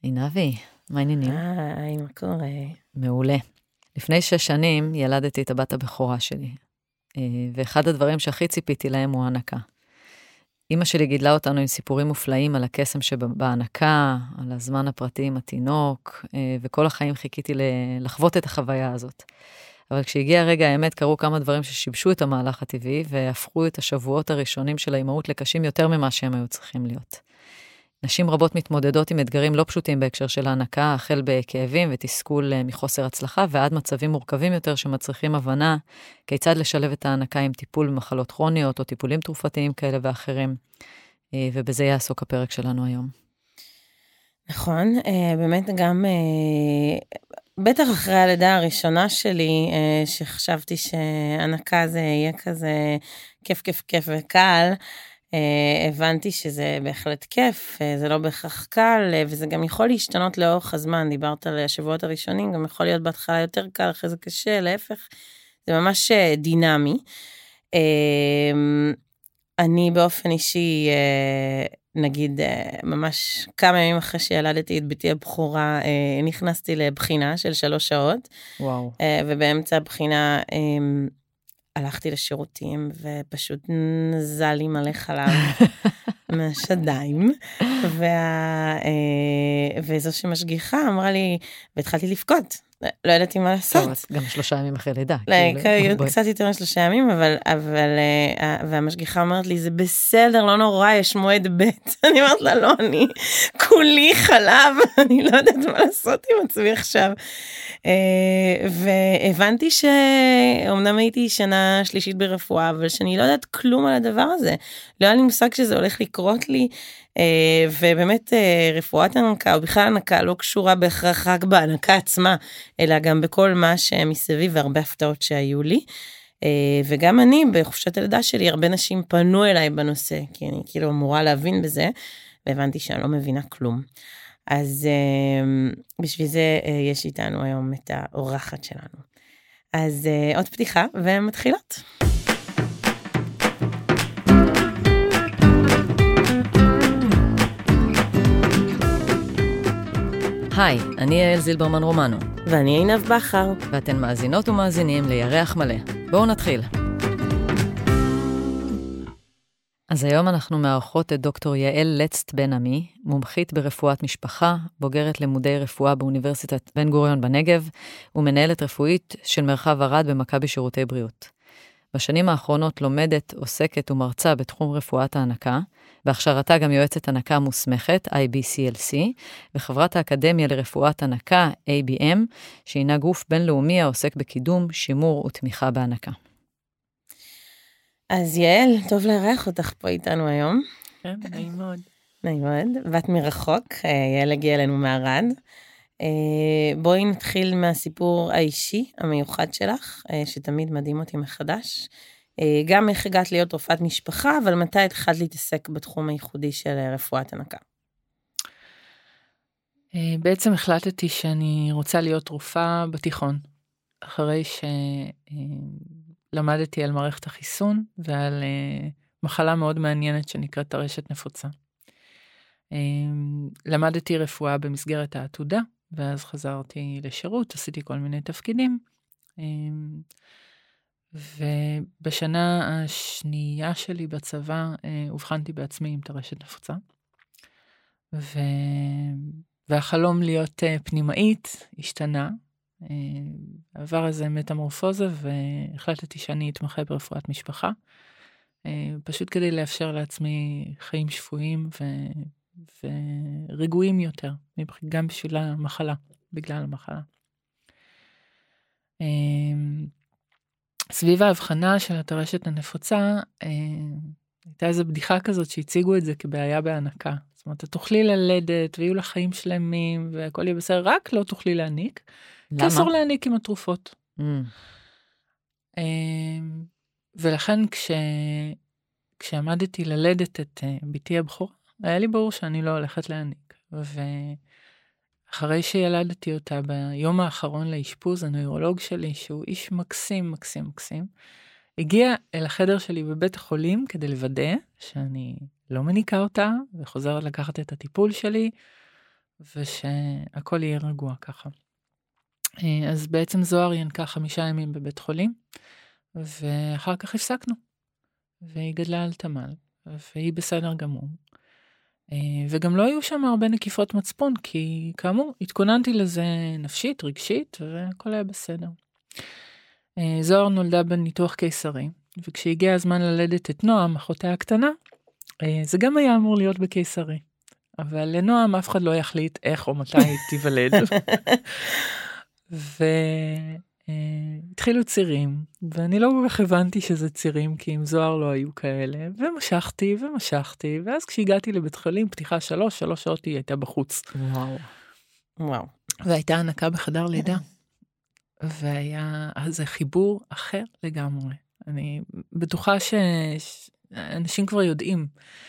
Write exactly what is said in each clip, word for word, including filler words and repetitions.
עינבי, מה העניינים? היי, מה קורה? מעולה. לפני שש שנים ילדתי את הבת הבכורה שלי, ואחד הדברים שהכי ציפיתי להם הוא הענקה. אמא שלי גידלה אותנו עם סיפורים מופלאים על הקסם שבהענקה, על הזמן הפרטי עם התינוק, וכל החיים חיכיתי לחוות את החוויה הזאת. אבל כשהגיע הרגע האמת, קרו כמה דברים ששיבשו את המהלך הטבעי, והפכו את השבועות הראשונים של האימהות לקשים יותר ממה שהם היו צריכים להיות. נשים רבות מתמודדות עם אתגרים לא פשוטים בהקשר של ההנקה, החל בכאבים ותסכול מחוסר הצלחה, ועד מצבים מורכבים יותר שמצריכים הבנה כיצד לשלב את ההנקה עם טיפול במחלות כרוניות או טיפולים תרופתיים כאלה ואחרים. ובזה יעסוק הפרק שלנו היום. נכון, באמת גם, בטח אחרי הלידה הראשונה שלי, שחשבתי שהנקה זה יהיה כזה כיף כיף כיף וקל, הבנתי שזה בהחלט כיף, זה לא בהכרח קל, וזה גם יכול להשתנות לאורך הזמן. דיברת על השבועות הראשונים, גם יכול להיות בהתחלה יותר קל, אחרי זה קשה, להפך, זה ממש דינמי. אני באופן אישי, נגיד, ממש כמה ימים אחרי שילדתי את ביתי הבכורה, נכנסתי לבחינה של שלוש שעות, וואו. ובאמצע הבחינה, הלכתי לשירותים, ופשוט נזל לי מלא חלב מהשדיים, וה... וזו שמשגיחה אמרה לי, והתחלתי לבכות, לא ידעתי מה לעשות. גם שלושה ימים אחרי לידה. קצת יותר משלושה ימים, אבל, אבל, והמשגיחה אמרת לי, זה בסדר, לא נורא, יש מועד ב'. אני אומרת לה, לא, אני כולי חלב, אני לא יודעת מה לעשות עם עצמי עכשיו. והבנתי שאומנם הייתי שנה שלישית ברפואה, אבל שאני לא יודעת כלום על הדבר הזה. לא היה לי מושג שזה הולך לקרות לי, ובאמת רפואת הנקה, או בכלל הנקה, לא קשורה בהכרח רק בהנקה עצמה, אלא גם בכל מה שמסביב, והרבה הפתעות שהיו לי. וגם אני, בחופשת הלידה שלי, הרבה נשים פנו אליי בנושא, כי אני כאילו אמורה להבין בזה, והבנתי שאני לא מבינה כלום. אז בשביל זה יש איתנו היום את האורחת שלנו. אז עוד פתיחה ומתחילות. היי, אני יעל זילברמן רומנו. ואני עינב בחר. ואתן מאזינות ומאזינים לירח מלא. בואו נתחיל. אז היום אנחנו מארחות את דוקטור יעל לצט בן עמי, מומחית ברפואת משפחה, בוגרת לימודי רפואה באוניברסיטת בן גוריון בנגב, ומנהלת רפואית של מרחב ערד במכבי שירותי בריאות. בשנים האחרונות לומדת, עוסקת ומרצה בתחום רפואת ההנקה, בהכשרתה גם יועצת הנקה מוסמכת, איי בי סי אל סי, וחברת האקדמיה לרפואת הנקה, איי בי אם, שהינה גוף בינלאומי העוסק בקידום, שימור ותמיכה בהנקה. אז יעל, טוב לארח אותך פה איתנו היום. כן, נעים מאוד. נעים מאוד. בת מרחוק, יעל הגיעה אלינו מערד. בואי נתחיל מהסיפור האישי המיוחד שלך, שתמיד מדהים אותי מחדש. גם איך הגעת להיות רופאת משפחה, אבל מתי התחלת להתעסק בתחום הייחודי של רפואת הנקה? בעצם החלטתי שאני רוצה להיות רופאה בתיכון, אחרי שלמדתי על מערכת החיסון ועל מחלה מאוד מעניינת שנקראת טרשת נפוצה. למדתי רפואה במסגרת העתודה, ואז חזרתי לשירות, עשיתי כל מיני תפקידים, ובשנה השנייה שלי בצבא, הובחנתי בעצמי עם טרשת נפוצה, ו... והחלום להיות פנימאית השתנה, עבר איזה מטמורפוזה, והחלטתי שאני אתמחה ברפואת משפחה, פשוט כדי לאפשר לעצמי חיים שפויים ו... ורגועים יותר, גם בשביל המחלה, בגלל המחלה. סביב ההבחנה של הטרשת הנפוצה, הייתה איזו בדיחה כזאת שהציגו את זה כבעיה בהנקה. זאת אומרת, תוכלי ללדת ויהיו לך חיים שלמים והכל יהיה בסדר, רק לא תוכלי להניק. למה? כי אסור להניק עם התרופות. Mm. ולכן כש... כשעמדתי ללדת את ביתי הבכורה, היה לי ברור שאני לא הולכת להניק. ואחרי שילדתי אותה ביום האחרון לאשפוז, הנוירולוג שלי, שהוא איש מקסים, מקסים, מקסים, הגיע אל החדר שלי בבית החולים כדי לוודא שאני לא מניקה אותה, וחוזרת לקחת את הטיפול שלי, ושהכל יהיה רגוע ככה. אז בעצם זוהר ינקה חמישה ימים בבית חולים, ואחר כך הפסקנו. והיא גדלה על תמל, והיא בסדר גמור. וגם לא היו שם הרבה נקיפות מצפון, כי כאמור, התכוננתי לזה נפשית, רגשית, והכל היה בסדר. זוהר נולדה בניתוח קיסרי, וכשהגיע הזמן ללדת את נועם, אחותה הקטנה, זה גם היה אמור להיות בקיסרי. אבל לנועם אף אחד לא יחליט איך או מתי היא תיוולד. והתחילו צירים, ואני לא כל כך הבנתי שזה צירים, כי עם זוהר לא היו כאלה, ומשכתי ומשכתי, ואז כשהגעתי לבית חולים, פתיחה שלוש, שלוש שעות היא הייתה בחוץ. וואו. וואו. והייתה הנקה בחדר לידה. והיה אז חיבור אחר לגמרי. אני בטוחה שאנשים כבר יודעים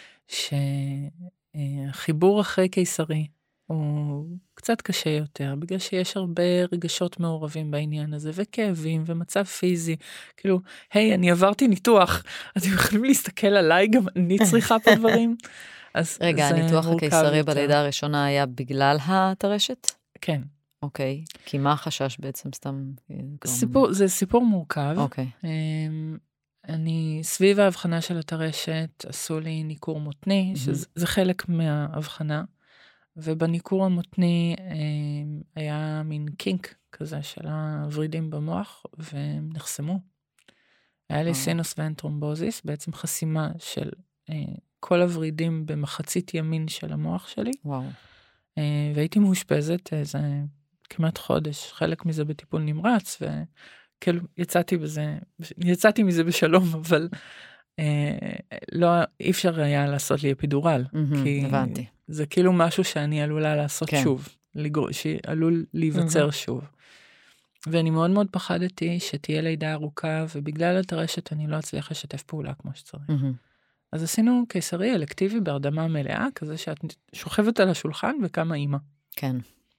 שחיבור אחרי קיסרי הוא קצת קשה יותר, בגלל שיש הרבה רגשות מעורבים בעניין הזה, וכאבים ומצב פיזי. כאילו, היי, אני עברתי ניתוח, אתם יכולים להסתכל עליי, גם אני צריכה פה דברים. אז רגע, הניתוח הקיסרי בלידה הראשונה היה בגלל הטרשת? כן. אוקיי, כי מה החשש בעצם סתם? סיפור, זה סיפור מורכב. אוקיי. אני, סביב ההבחנה של הטרשת, עשו לי ניכור מותני, שזה חלק מההבחנה, ובניקור המותני היה מין קינק כזה של הוורידים במוח, והם נחסמו. היה לי סינוס ואן טרומבוזיס, בעצם חסימה של כל הוורידים במחצית ימין של המוח שלי. וואו. והייתי מאושפזת איזה כמעט חודש, חלק מזה בטיפול נמרץ, וכאילו יצאתי בזה, יצאתי מזה בשלום, אבל אה, לא, אי אפשר היה לעשות לי אפידורל, Mm-hmm, כי הבנתי. זה כאילו משהו שאני עלולה לעשות כן. שוב, לגר... שעלול להיווצר mm-hmm. שוב. ואני מאוד מאוד פחדתי שתהיה לידה ארוכה, ובגלל הטרשת אני לא אצליח לשתף פעולה כמו שצריך. Mm-hmm. אז עשינו קיסרי אלקטיבי בהרדמה מלאה, כזה שאת שוכבת על השולחן וקמה אימא. כן.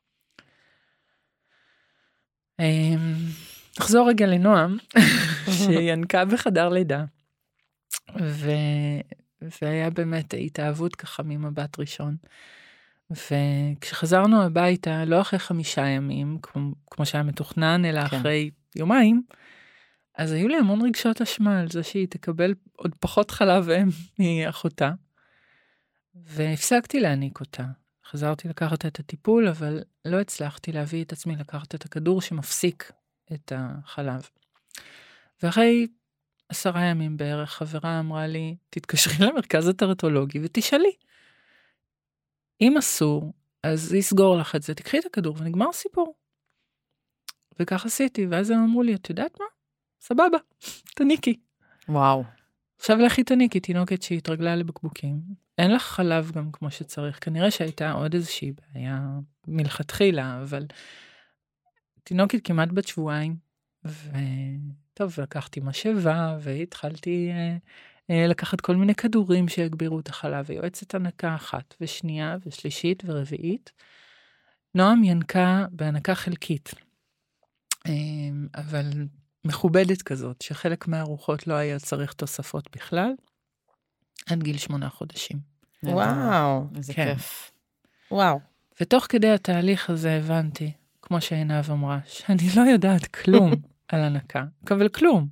נחזור רגע לנועם, שינקה בחדר לידה, ו... והיה באמת התאהבות ככה ממבט ראשון. וכשחזרנו הביתה, לא אחרי חמישה ימים, כמו, כמו שהיה מתוכנן, אלא כן. אחרי יומיים, אז היו לי המון רגשות אשמה על זה שהיא תקבל עוד פחות חלב אם מאחותה, והפסקתי להעניק אותה. חזרתי לקחת את הטיפול, אבל לא הצלחתי להביא את עצמי לקחת את הכדור שמפסיק את החלב. ואחרי עשרה ימים בערך, חברה אמרה לי, תתקשרי למרכז הטרטולוגי ותשאלי. אם אסור, אז יסגור לך את זה, תקחי את הכדור ונגמר סיפור. וכך עשיתי, ואז הם אמרו לי, את יודעת מה? סבבה, תניקי. וואו. עכשיו לכי תניקי, תינוקת שהתרגלה לבקבוקים. אין לך חלב גם כמו שצריך. כנראה שהייתה עוד איזושהי בעיה מלכתחילה, אבל תינוקת כמעט בת שבועיים, וטוב, לקחתי משאבה, והתחלתי אה, אה, לקחת כל מיני כדורים שיגבירו את החלב, ויועצת הנקה אחת, ושנייה, ושלישית, ורביעית. נועם ינקה בהנקה חלקית, אה, אבל מכובדת כזאת, שחלק מהארוחות לא היה צריך תוספות בכלל, עד גיל שמונה חודשים. וואו. איזה כן. כיף. וואו. ותוך כדי התהליך הזה הבנתי, כמו שעינב אמרה, שאני לא יודעת כלום על הנקה, אבל כלום.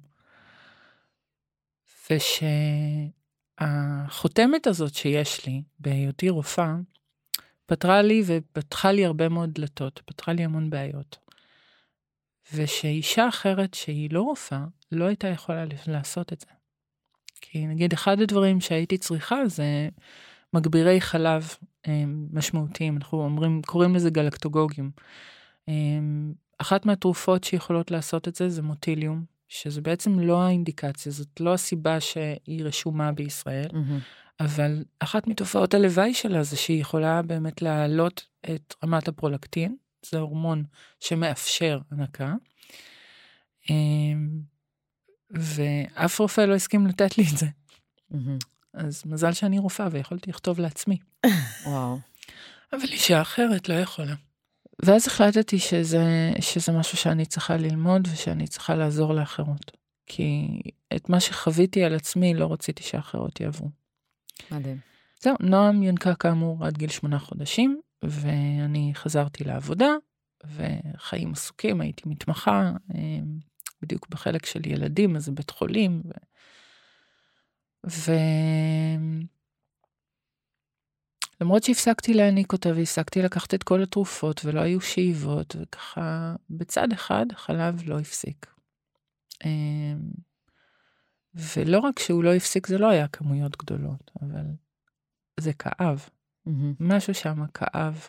ושהחותמת הזאת שיש לי, בהיותי רופאה, פתרה לי ופתחה לי הרבה מאוד דלתות, פתרה לי המון בעיות. ושאישה אחרת שהיא לא רופאה, לא הייתה יכולה לעשות את זה. כי נגיד אחד הדברים שהייתי צריכה זה מגבירי חלב משמעותיים, אנחנו אומרים, קוראים לזה גלקטוגוגים. אחת מהתרופות שיכולות לעשות את זה זה מוטיליום, שזה בעצם לא האינדיקציה, זאת לא הסיבה שהיא רשומה בישראל, mm-hmm. אבל אחת מתופעות הלוואי שלה זה שהיא יכולה באמת להעלות את רמת הפרולקטין, זה הורמון שמאפשר הנקה, ואף רופא לא הסכים לתת לי את זה. Mm-hmm. אז מזל שאני רופאה ויכולתי לכתוב לעצמי. וואו. אבל אישה אחרת לא יכולה. ואז החלטתי שזה, שזה משהו שאני צריכה ללמוד ושאני צריכה לעזור לאחרות. כי את מה שחוויתי על עצמי לא רציתי שאחרות יעברו. מדהים. זהו, נועם ינקה כאמור עד גיל שמונה חודשים, ואני חזרתי לעבודה, וחיים עסוקים, הייתי מתמחה, בדיוק בחלק של ילדים, אז זה בית חולים, ו... ו... למרות שהפסקתי להעניק אותה, והפסקתי לקחת את כל התרופות, ולא היו שאיבות, וככה, בצד אחד, החלב לא הפסיק. ולא רק שהוא לא הפסיק, זה לא היה כמויות גדולות, אבל זה כאב. Mm-hmm. משהו שם כאב.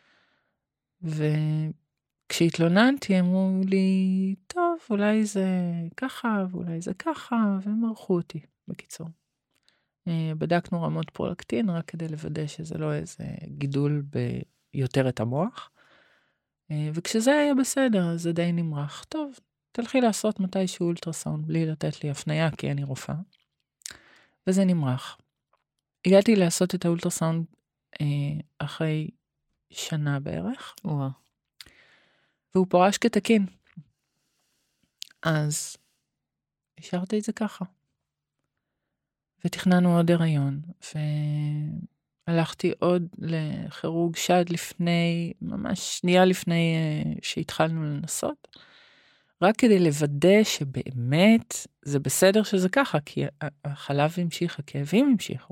וכשהתלוננתי, אמרו לי, טוב, אולי זה ככה, ואולי זה ככה, והם ערכו אותי, בקיצור. בדקנו רמות פרולקטין, רק כדי לוודא שזה לא איזה גידול ביותר את המוח. וכשזה היה בסדר, אז זה די נמרח. טוב, תלכי לעשות מתישהו אולטרסאונד, בלי לתת לי הפניה, כי אני רופאה. וזה נמרח. הגעתי לעשות את האולטרסאונד אחרי שנה בערך. וואו. והוא פורש כתקין. אז השארתי את זה ככה. ותכננו עוד הריון, והלכתי עוד לכירורג שד לפני, ממש שנייה לפני שהתחלנו לנסות, רק כדי לוודא שבאמת זה בסדר שזה ככה, כי החלב המשיך, הכאבים המשיכו.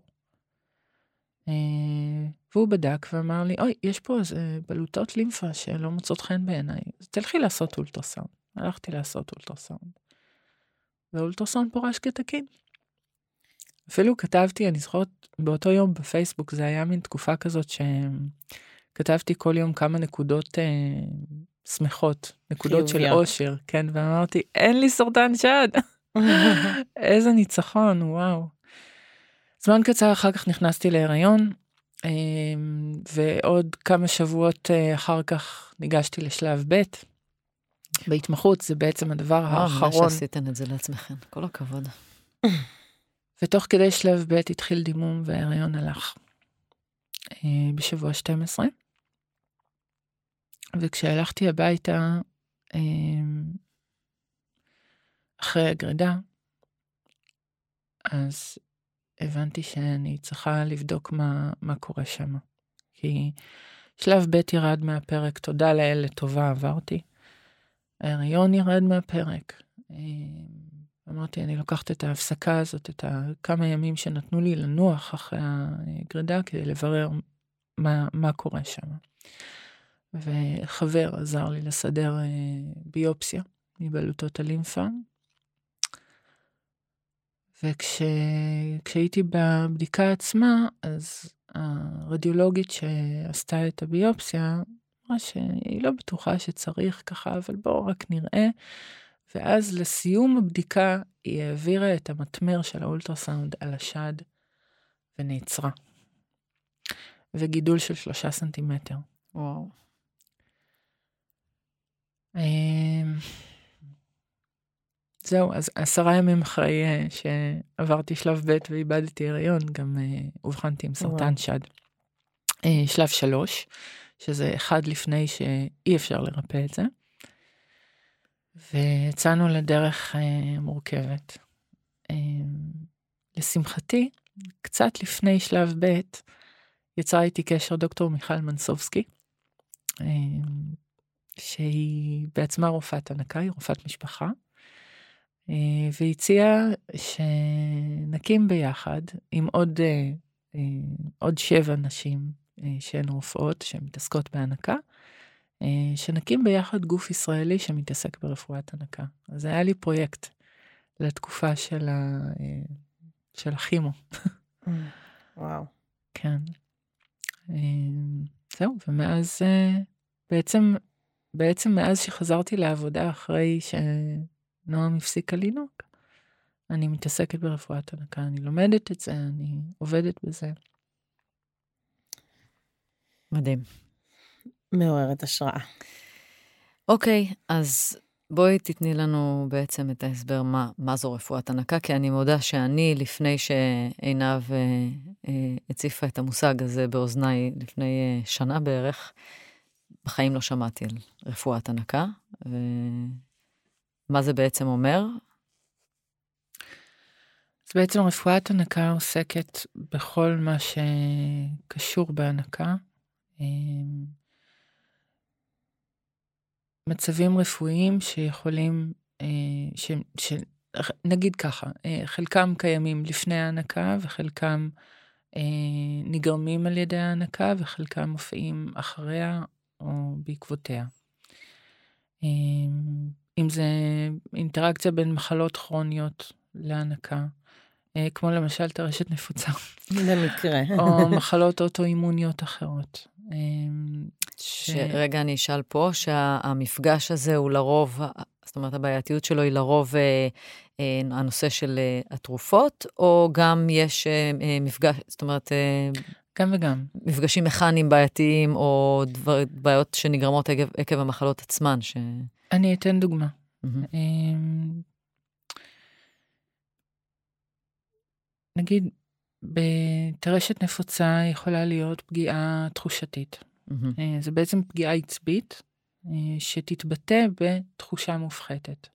והוא בדק ואמר לי, אוי, יש פה איזה בלוטות לימפה שלא מוצאות חן בעיניי, אז תלכי לעשות אולטרסאונד. הלכתי לעשות אולטרסאונד. והאולטרסאונד פורש כתקין. אפילו כתבתי, אני זוכרת, באותו יום בפייסבוק, זה היה מין תקופה כזאת שכתבתי כל יום כמה נקודות אה, שמחות, נקודות חיוביה. של אושר, כן, ואמרתי, אין לי סרטן שד. איזה ניצחון, וואו. זמן קצר אחר כך נכנסתי להיריון, אה, ועוד כמה שבועות אה, אחר כך ניגשתי לשלב ב' בהתמחות, זה בעצם הדבר האחרון. מה שעשיתן את זה לעצמכם, כל הכבוד. ותוך כדי שלב ב' התחיל דימום וההיריון הלך אה, בשבוע שתים עשרה. וכשהלכתי הביתה אה, אחרי הגרידה, אז הבנתי שאני צריכה לבדוק מה, מה קורה שם. כי שלב ב' ירד מהפרק, תודה לאל לטובה עברתי. ההיריון ירד מהפרק. אה, אמרתי, אני לוקחת את ההפסקה הזאת, את כמה ימים שנתנו לי לנוח אחרי הגרידה, כדי לברר מה, מה קורה שם. וחבר עזר לי לסדר ביופסיה מבלוטות הלימפה. וכשהייתי בבדיקה עצמה, אז הרדיולוגית שעשתה את הביופסיה, אמרה שהיא לא בטוחה שצריך ככה, אבל בואו רק נראה. ואז לסיום הבדיקה היא העבירה את המטמר של האולטרסאונד על השד ונעצרה. וגידול של שלושה סנטימטר. וואו. זהו, אז עשרה ימים אחרי שעברתי שלב ב' ואיבדתי הריון, גם הובחנתי עם סרטן שד. שלב שלוש, שזה אחד לפני שאי אפשר לרפא את זה. ויצאנו לדרך אה, מורכבת. אה, לשמחתי, קצת לפני שלב ב' יצרה איתי קשר דוקטור מיכל מנסובסקי, אה, שהיא בעצמה רופאת הנקה, היא רופאת משפחה, אה, והציעה שנקים ביחד עם עוד, אה, אה, עוד שבע נשים אה, שהן רופאות שמתעסקות בהנקה, שנקים ביחד גוף ישראלי שמתעסק ברפואת הנקה. אז זה היה לי פרויקט לתקופה של, ה... של הכימו. וואו. כן. זהו, ומאז, בעצם, בעצם מאז שחזרתי לעבודה אחרי שנועם הפסיקה לינוק, אני מתעסקת ברפואת הנקה, אני לומדת את זה, אני עובדת בזה. מדהים. מעוררת השראה. אוקיי, אז בואי תתני לנו בעצם את ההסבר מה, מה זו רפואת הנקה, כי אני מודה שאני, לפני שעינב אה, אה, הציפה את המושג הזה באוזניי לפני אה, שנה בערך, בחיים לא שמעתי על רפואת הנקה, ומה זה בעצם אומר? אז בעצם רפואת הנקה עוסקת בכל מה שקשור בהנקה, מצבים רפואיים שיכולים, ש, ש, נגיד ככה, חלקם קיימים לפני ההנקה וחלקם נגרמים על ידי ההנקה וחלקם מופיעים אחריה או בעקבותיה. אם זה אינטראקציה בין מחלות כרוניות להנקה, כמו למשל טרשת נפוצה. במקרה. או מחלות אוטואימוניות אחרות. שרגע אני אשאל פה, שהמפגש הזה הוא לרוב, זאת אומרת הבעייתיות שלו היא לרוב הנושא של התרופות, או גם יש מפגש, זאת אומרת, גם וגם. מפגשים מכניים בעייתיים, או דבר, בעיות שנגרמות עקב, עקב המחלות עצמן. ש... אני אתן דוגמה. Mm-hmm. נגיד, בטרשת נפוצה יכולה להיות פגיעה תחושתית. Mm-hmm. זה בעצם פגיעה עצבית, שתתבטא בתחושה מופחתת.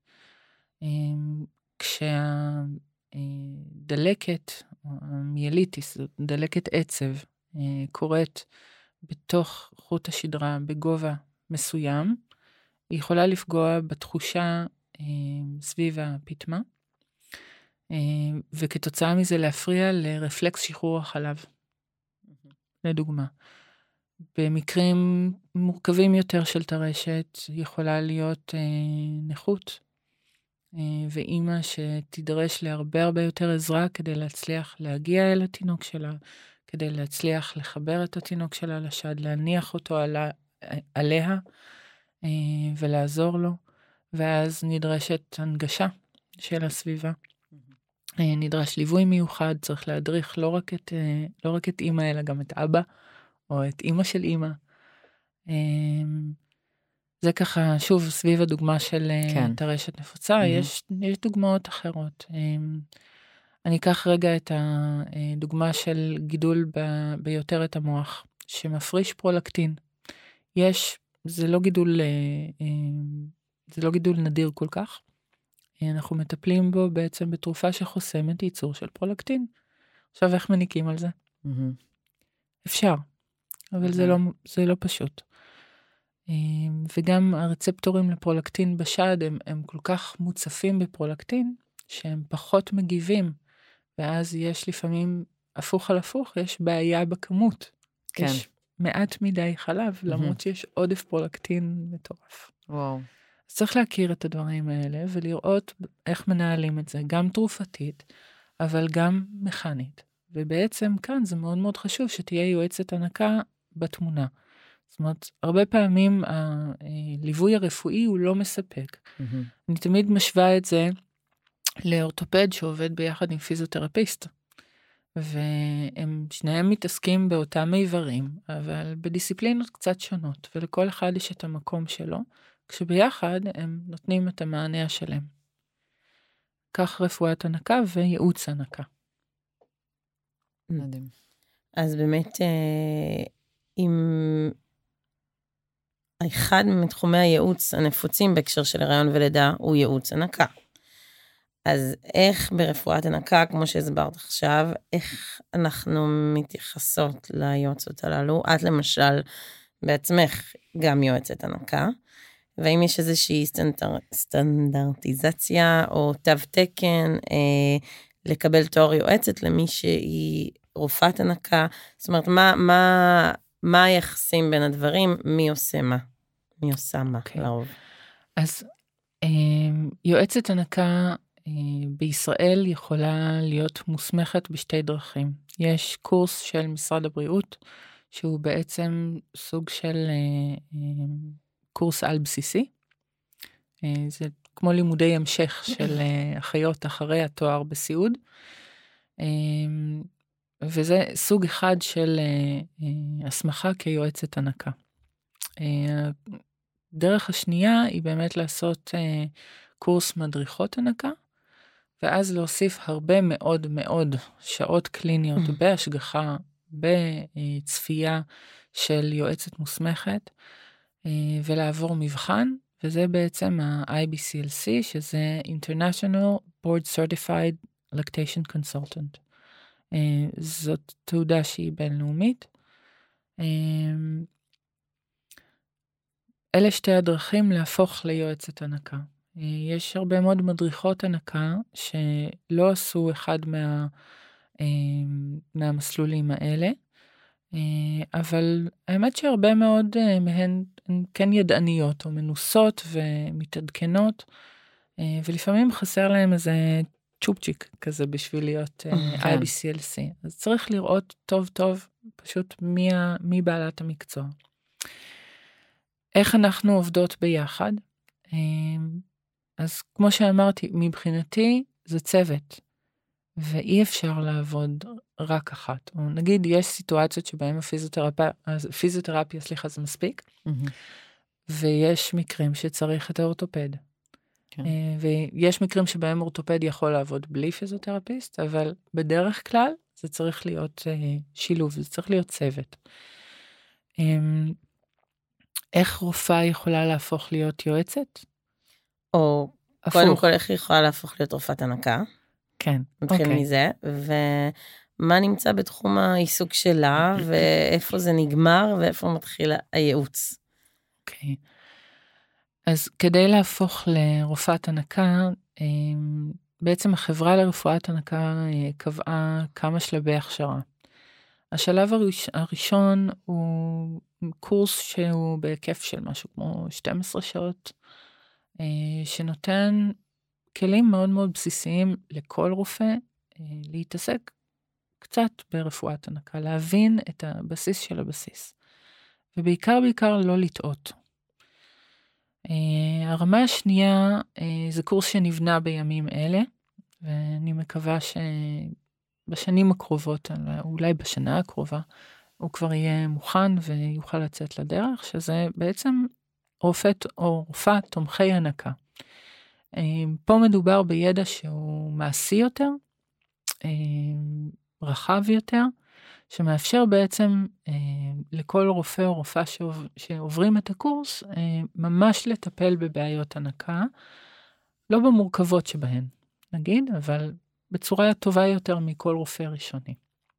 כשהדלקת, המיאליטיס, דלקת עצב, קורית בתוך חוט השדרה בגובה מסוים, היא יכולה לפגוע בתחושה סביב הפתמה, וכתוצאה מזה להפריע לרפלקס שחרור החלב, לדוגמה. במקרים מורכבים יותר של טרשת יכולה להיות נכות, ואימא שתדרש להרבה הרבה יותר עזרה כדי להצליח להגיע אל התינוק שלה, כדי להצליח לחבר את התינוק שלה לשד, להניח אותו עלה, עליה ולעזור לו, ואז נדרשת הנגשה של הסביבה. נדרש ליווי מיוחד, צריך להדריך לא רק את, לא רק את אימא, אלא גם את אבא, או את אימא של אימא. זה ככה, שוב, סביב הדוגמה של כן. טרשת נפוצה, mm-hmm. יש, יש דוגמאות אחרות. אני אקח רגע את הדוגמה של גידול ב, ביותרת המוח, שמפריש פרולקטין. יש, זה לא גידול, זה לא גידול נדיר כל כך. אנחנו מטפלים בו בעצם בתרופה שחוסמת ייצור של פרולקטין. עכשיו, איך מניקים על זה? Mm-hmm. אפשר, אבל mm-hmm. זה לא, זה לא פשוט. וגם הרצפטורים לפרולקטין בשד, הם, הם כל כך מוצפים בפרולקטין, שהם פחות מגיבים, ואז יש לפעמים, הפוך על הפוך, יש בעיה בכמות. כן. יש מעט מדי חלב, mm-hmm. למרות שיש עודף פרולקטין מטורף. וואו. אז צריך להכיר את הדברים האלה, ולראות איך מנהלים את זה, גם תרופתית, אבל גם מכנית. ובעצם כאן זה מאוד מאוד חשוב, שתהיה יועצת הנקה בתמונה. זאת אומרת, הרבה פעמים הליווי הרפואי הוא לא מספק. Mm-hmm. אני תמיד משווה את זה לאורתופד שעובד ביחד עם פיזיותרפיסט. והם שניהם מתעסקים באותם איברים, אבל בדיסציפלינות קצת שונות, ולכל אחד יש את המקום שלו, כשביחד הם נותנים את המענה השלם. כך רפואת הנקה וייעוץ הנקה. מדהים. אז באמת, אם אחד מתחומי הייעוץ הנפוצים בהקשר של הריון ולידה הוא ייעוץ הנקה. אז איך ברפואת הנקה, כמו שהסברת עכשיו, איך אנחנו מתייחסות ליועצות הללו? את למשל בעצמך גם יועצת הנקה, והאם יש איזושהי סטנדר, סטנדרטיזציה או תו תקן אה, לקבל תואר יועצת למי שהיא רופאת הנקה? זאת אומרת, מה, מה, מה היחסים בין הדברים? מי עושה מה? מי עושה מה? Okay. לרוב. אז אה, יועצת הנקה אה, בישראל יכולה להיות מוסמכת בשתי דרכים. יש קורס של משרד הבריאות, שהוא בעצם סוג של אה, אה, קורס על בסיסי. זה כמו לימודי המשך של אחיות אחרי התואר בסיעוד. וזה סוג אחד של הסמכה כיועצת הנקה. דרך השנייה היא באמת לעשות קורס מדריכות הנקה, ואז להוסיף הרבה מאוד מאוד שעות קליניות בהשגחה, בצפייה של יועצת מוסמכת, ולעבור מבחן, וזה בעצם ה-איי בי סי אל סי, שזה International Board Certified Lactation Consultant. זאת תעודה שהיא בינלאומית, אלה שתי הדרכים להפוך ליועצת הנקה. יש הרבה מאוד מדריכות הנקה שלא עשו אחד מה, מהמסלולים האלה, אבל האמת שהרבה מאוד מהן כן ידעניות או מנוסות ומתעדכנות, ולפעמים חסר להם איזה צ'ופצ'יק כזה בשביל להיות איי בי סי אל סי. אז צריך לראות טוב טוב פשוט מי, מי בעלת המקצוע. איך אנחנו עובדות ביחד? אז כמו שאמרתי, מבחינתי זה צוות, ואי אפשר לעבוד רק אחת. או נגיד, יש סיטואציות שבהן הפיזיותרפיה, הפיזיותרפיה, סליחה, זה מספיק, mm-hmm. ויש מקרים שצריך את האורתופד. כן. ויש מקרים שבהם אורתופד יכול לעבוד בלי פיזיותרפיסט, אבל בדרך כלל זה צריך להיות שילוב, זה צריך להיות צוות. איך רופאה יכולה להפוך להיות יועצת? או הפוך. קודם כל, איך היא יכולה להפוך להיות רופאת הנקה? כן. נתחיל okay. מזה, ומה נמצא בתחום העיסוק שלה, ואיפה זה נגמר, ואיפה מתחיל הייעוץ. אוקיי. Okay. אז כדי להפוך לרופאת הנקה, בעצם החברה לרפואת הנקה קבעה כמה שלבי הכשרה. השלב הראש, הראשון הוא קורס שהוא בהיקף של משהו כמו שתים עשרה שעות, שנותן כלים מאוד מאוד בסיסיים לכל רופא להתעסק קצת ברפואת הנקה, להבין את הבסיס של הבסיס, ובעיקר בעיקר לא לטעות. הרמה השנייה זה קורס שנבנה בימים אלה, ואני מקווה שבשנים הקרובות, אולי בשנה הקרובה, הוא כבר יהיה מוכן ויוכל לצאת לדרך, שזה בעצם רופא או רופאה תומכי הנקה. פה מדובר בידע שהוא מעשי יותר, רחב יותר, שמאפשר בעצם לכל רופא או רופאה שעוברים את הקורס, ממש לטפל בבעיות הנקה, לא במורכבות שבהן, נגיד, אבל בצורה טובה יותר מכל רופא ראשוני.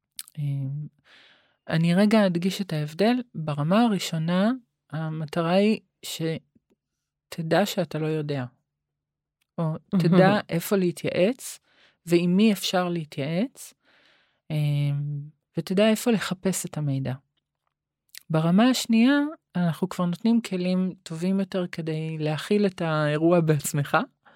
אני רגע אדגיש את ההבדל. ברמה הראשונה, המטרה היא שתדע שאתה לא יודע, או תדע איפה להתייעץ, ועם מי אפשר להתייעץ, ותדע איפה לחפש את המידע. ברמה השנייה, אנחנו כבר נותנים כלים טובים יותר כדי להכיל את האירוע בעצמך,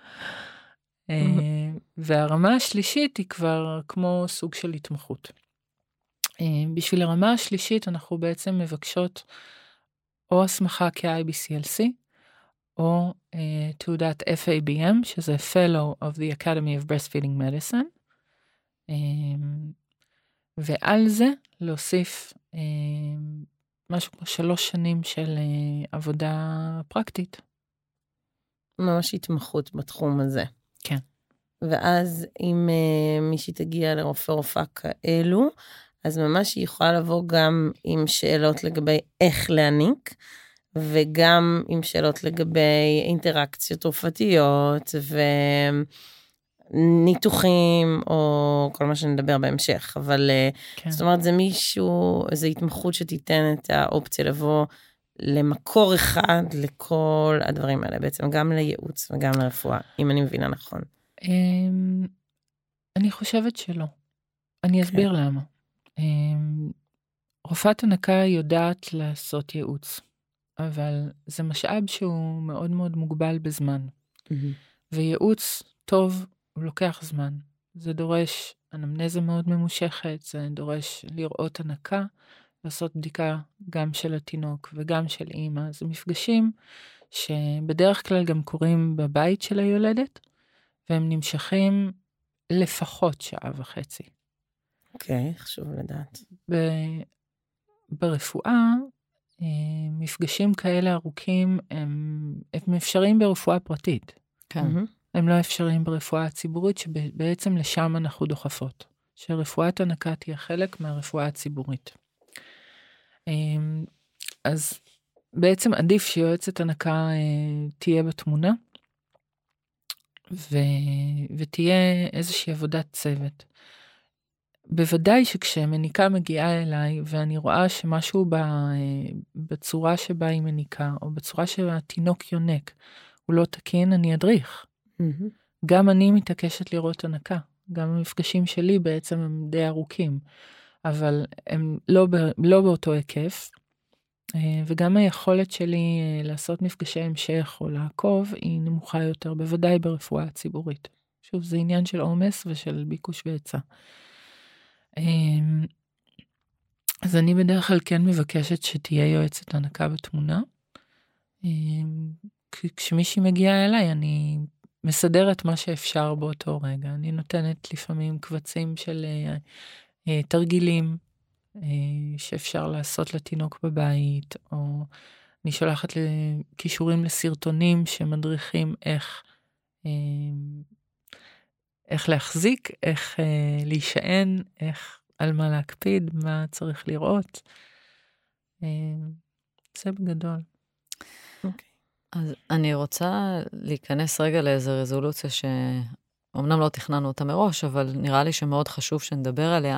והרמה השלישית היא כבר כמו סוג של התמחות. בשביל הרמה השלישית אנחנו בעצם מבקשות או הסמכה כ-איי בי סי אל סי, או uh, תעודת אף איי בי אם, שזה Fellow of the Academy of Breastfeeding Medicine, um, ועל זה להוסיף um, משהו כמו שלוש שנים של uh, עבודה פרקטית. ממש התמחות בתחום הזה. כן. ואז אם uh, מישהי תגיע לרופא רופאה כאלו, אז ממש היא יכולה לבוא גם עם שאלות לגבי איך להניק, וגם עם שאלות לגבי אינטראקציות תרופתיות, וניתוחים, או כל מה שנדבר בהמשך. אבל כן. זאת אומרת, זה מישהו, איזו התמחות שתיתן את האופציה לבוא למקור אחד לכל הדברים האלה, בעצם גם לייעוץ וגם לרפואה, אם אני מבינה נכון. אני חושבת שלא. אני אסביר כן. למה. רופאת הנקה יודעת לעשות ייעוץ, אבל זה משאב שהוא מאוד מאוד מוגבל בזמן. Mm-hmm. וייעוץ טוב הוא לוקח זמן. זה דורש אנמנזה מאוד ממושכת, זה דורש לראות הנקה, לעשות בדיקה גם של התינוק וגם של אימא. זה מפגשים שבדרך כלל גם קורים בבית של היולדת, והם נמשכים לפחות שעה וחצי. אוקיי, okay, חשוב לדעת. ב- ברפואה, מפגשים כאלה ארוכים הם, הם אפשריים ברפואה פרטית. כן. Mm-hmm. הם לא אפשריים ברפואה הציבורית, שבעצם לשם אנחנו דוחפות. שרפואת הנקה תהיה חלק מהרפואה הציבורית. אז בעצם עדיף שיועצת הנקה תהיה בתמונה, ו, ותהיה איזושהי עבודת צוות. בוודאי שכשמניקה מגיעה אליי, ואני רואה שמשהו בצורה שבה היא מניקה, או בצורה שהתינוק יונק, הוא לא תקין, אני אדריך. Mm-hmm. גם אני מתעקשת לראות הנקה. גם המפגשים שלי בעצם הם די ארוכים, אבל הם לא, לא באותו היקף, וגם היכולת שלי לעשות מפגשי המשך או לעקוב, היא נמוכה יותר, בוודאי ברפואה הציבורית. שוב, זה עניין של עומס ושל ביקוש והיצע. אז אני בדרך כלל כן מבקשת שתהיה יועצת הנקה בתמונה. כשמישהי מגיעה אליי, אני מסדרת מה שאפשר באותו רגע. אני נותנת לפעמים קבצים של תרגילים שאפשר לעשות לתינוק בבית, או אני שולחת קישורים לסרטונים שמדריכים איך איך להחזיק, איך אה, להישען, איך, על מה להקפיד, מה צריך לראות. אה, זה בגדול. אוקיי. אז אני רוצה להיכנס רגע לאיזו רזולוציה שאומנם לא תכננו אותה מראש, אבל נראה לי שמאוד חשוב שנדבר עליה.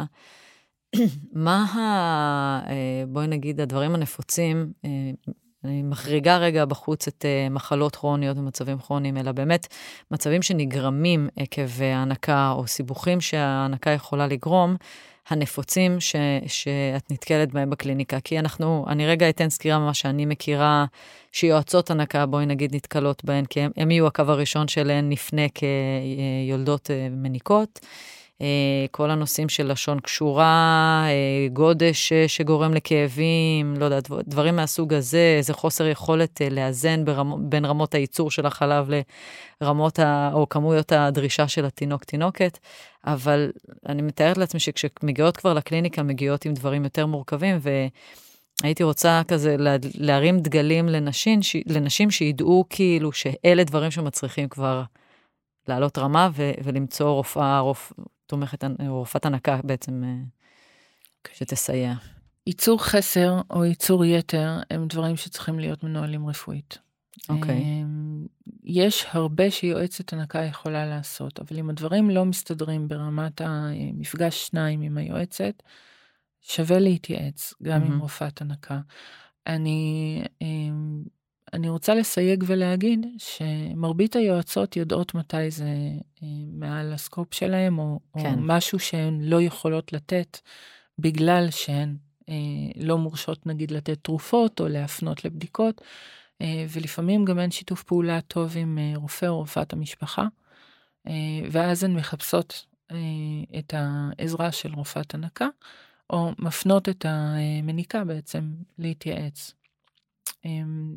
מה ה... בואי נגיד, הדברים הנפוצים, אני מחריגה רגע בחוץ את מחלות כרוניות ומצבים כרוניים, אלא באמת מצבים שנגרמים עקב ההנקה, או סיבוכים שההנקה יכולה לגרום, הנפוצים ש, שאת נתקלת בהם בקליניקה. כי אנחנו, אני רגע אתן סקירה ממה שאני מכירה, שיועצות הנקה, בואי נגיד, נתקלות בהן, כי הם, הם יהיו הקו הראשון שלהן נפנה כיולדות מניקות. כל הנושאים של לשון קשורה, גודש שגורם לכאבים, לא יודעת, דברים מהסוג הזה, איזה חוסר יכולת לאזן ברמ, בין רמות הייצור של החלב לרמות ה, או כמויות הדרישה של התינוק תינוקת, אבל אני מתארת לעצמי שכשמגיעות כבר לקליניקה, מגיעות עם דברים יותר מורכבים, והייתי רוצה כזה להרים דגלים לנשים, לנשים שידעו כאילו שאלה דברים שמצריכים כבר לעלות רמה ו, ולמצוא רופאה, רופ... תומכת, רופאת הנקה בעצם, okay. שתסייע. ייצור חסר או ייצור יתר, הם דברים שצריכים להיות מנוהלים רפואית. אוקיי. Okay. יש הרבה שיועצת הנקה יכולה לעשות, אבל אם הדברים לא מסתדרים ברמת המפגש שניים עם היועצת, שווה להתייעץ, גם mm-hmm. עם רופאת הנקה. אני... אני רוצה לסייג ולהגיד שמרבית היועצות יודעות מתי זה מעל הסקופ שלהם, או, כן. או משהו שהן לא יכולות לתת, בגלל שהן אה, לא מורשות נגיד לתת תרופות, או להפנות לבדיקות, אה, ולפעמים גם אין שיתוף פעולה טוב עם אה, רופא או רופאת המשפחה, אה, ואז הן מחפשות אה, את העזרה של רופאת הנקה, או מפנות את המניקה בעצם להתייעץ. אה,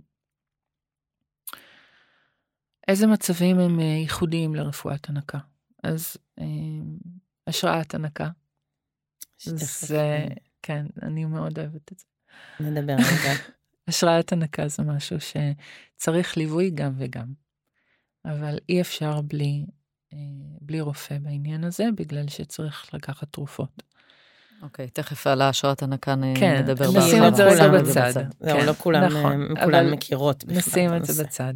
איזה מצבים הם ייחודיים לרפואת הנקה? אז השראת הנקה. זה, כן, אני מאוד אוהבת את זה. נדבר על זה. השראת הנקה זה משהו שצריך ליווי גם וגם. אבל אי אפשר בלי, בלי רופא בעניין הזה, בגלל שצריך לקחת תרופות. אוקיי, תכף על השראת הנקה נדבר. כן, נשים את זה רגע בצד. זהו, לא כולם מכירות. נשים את זה בצד.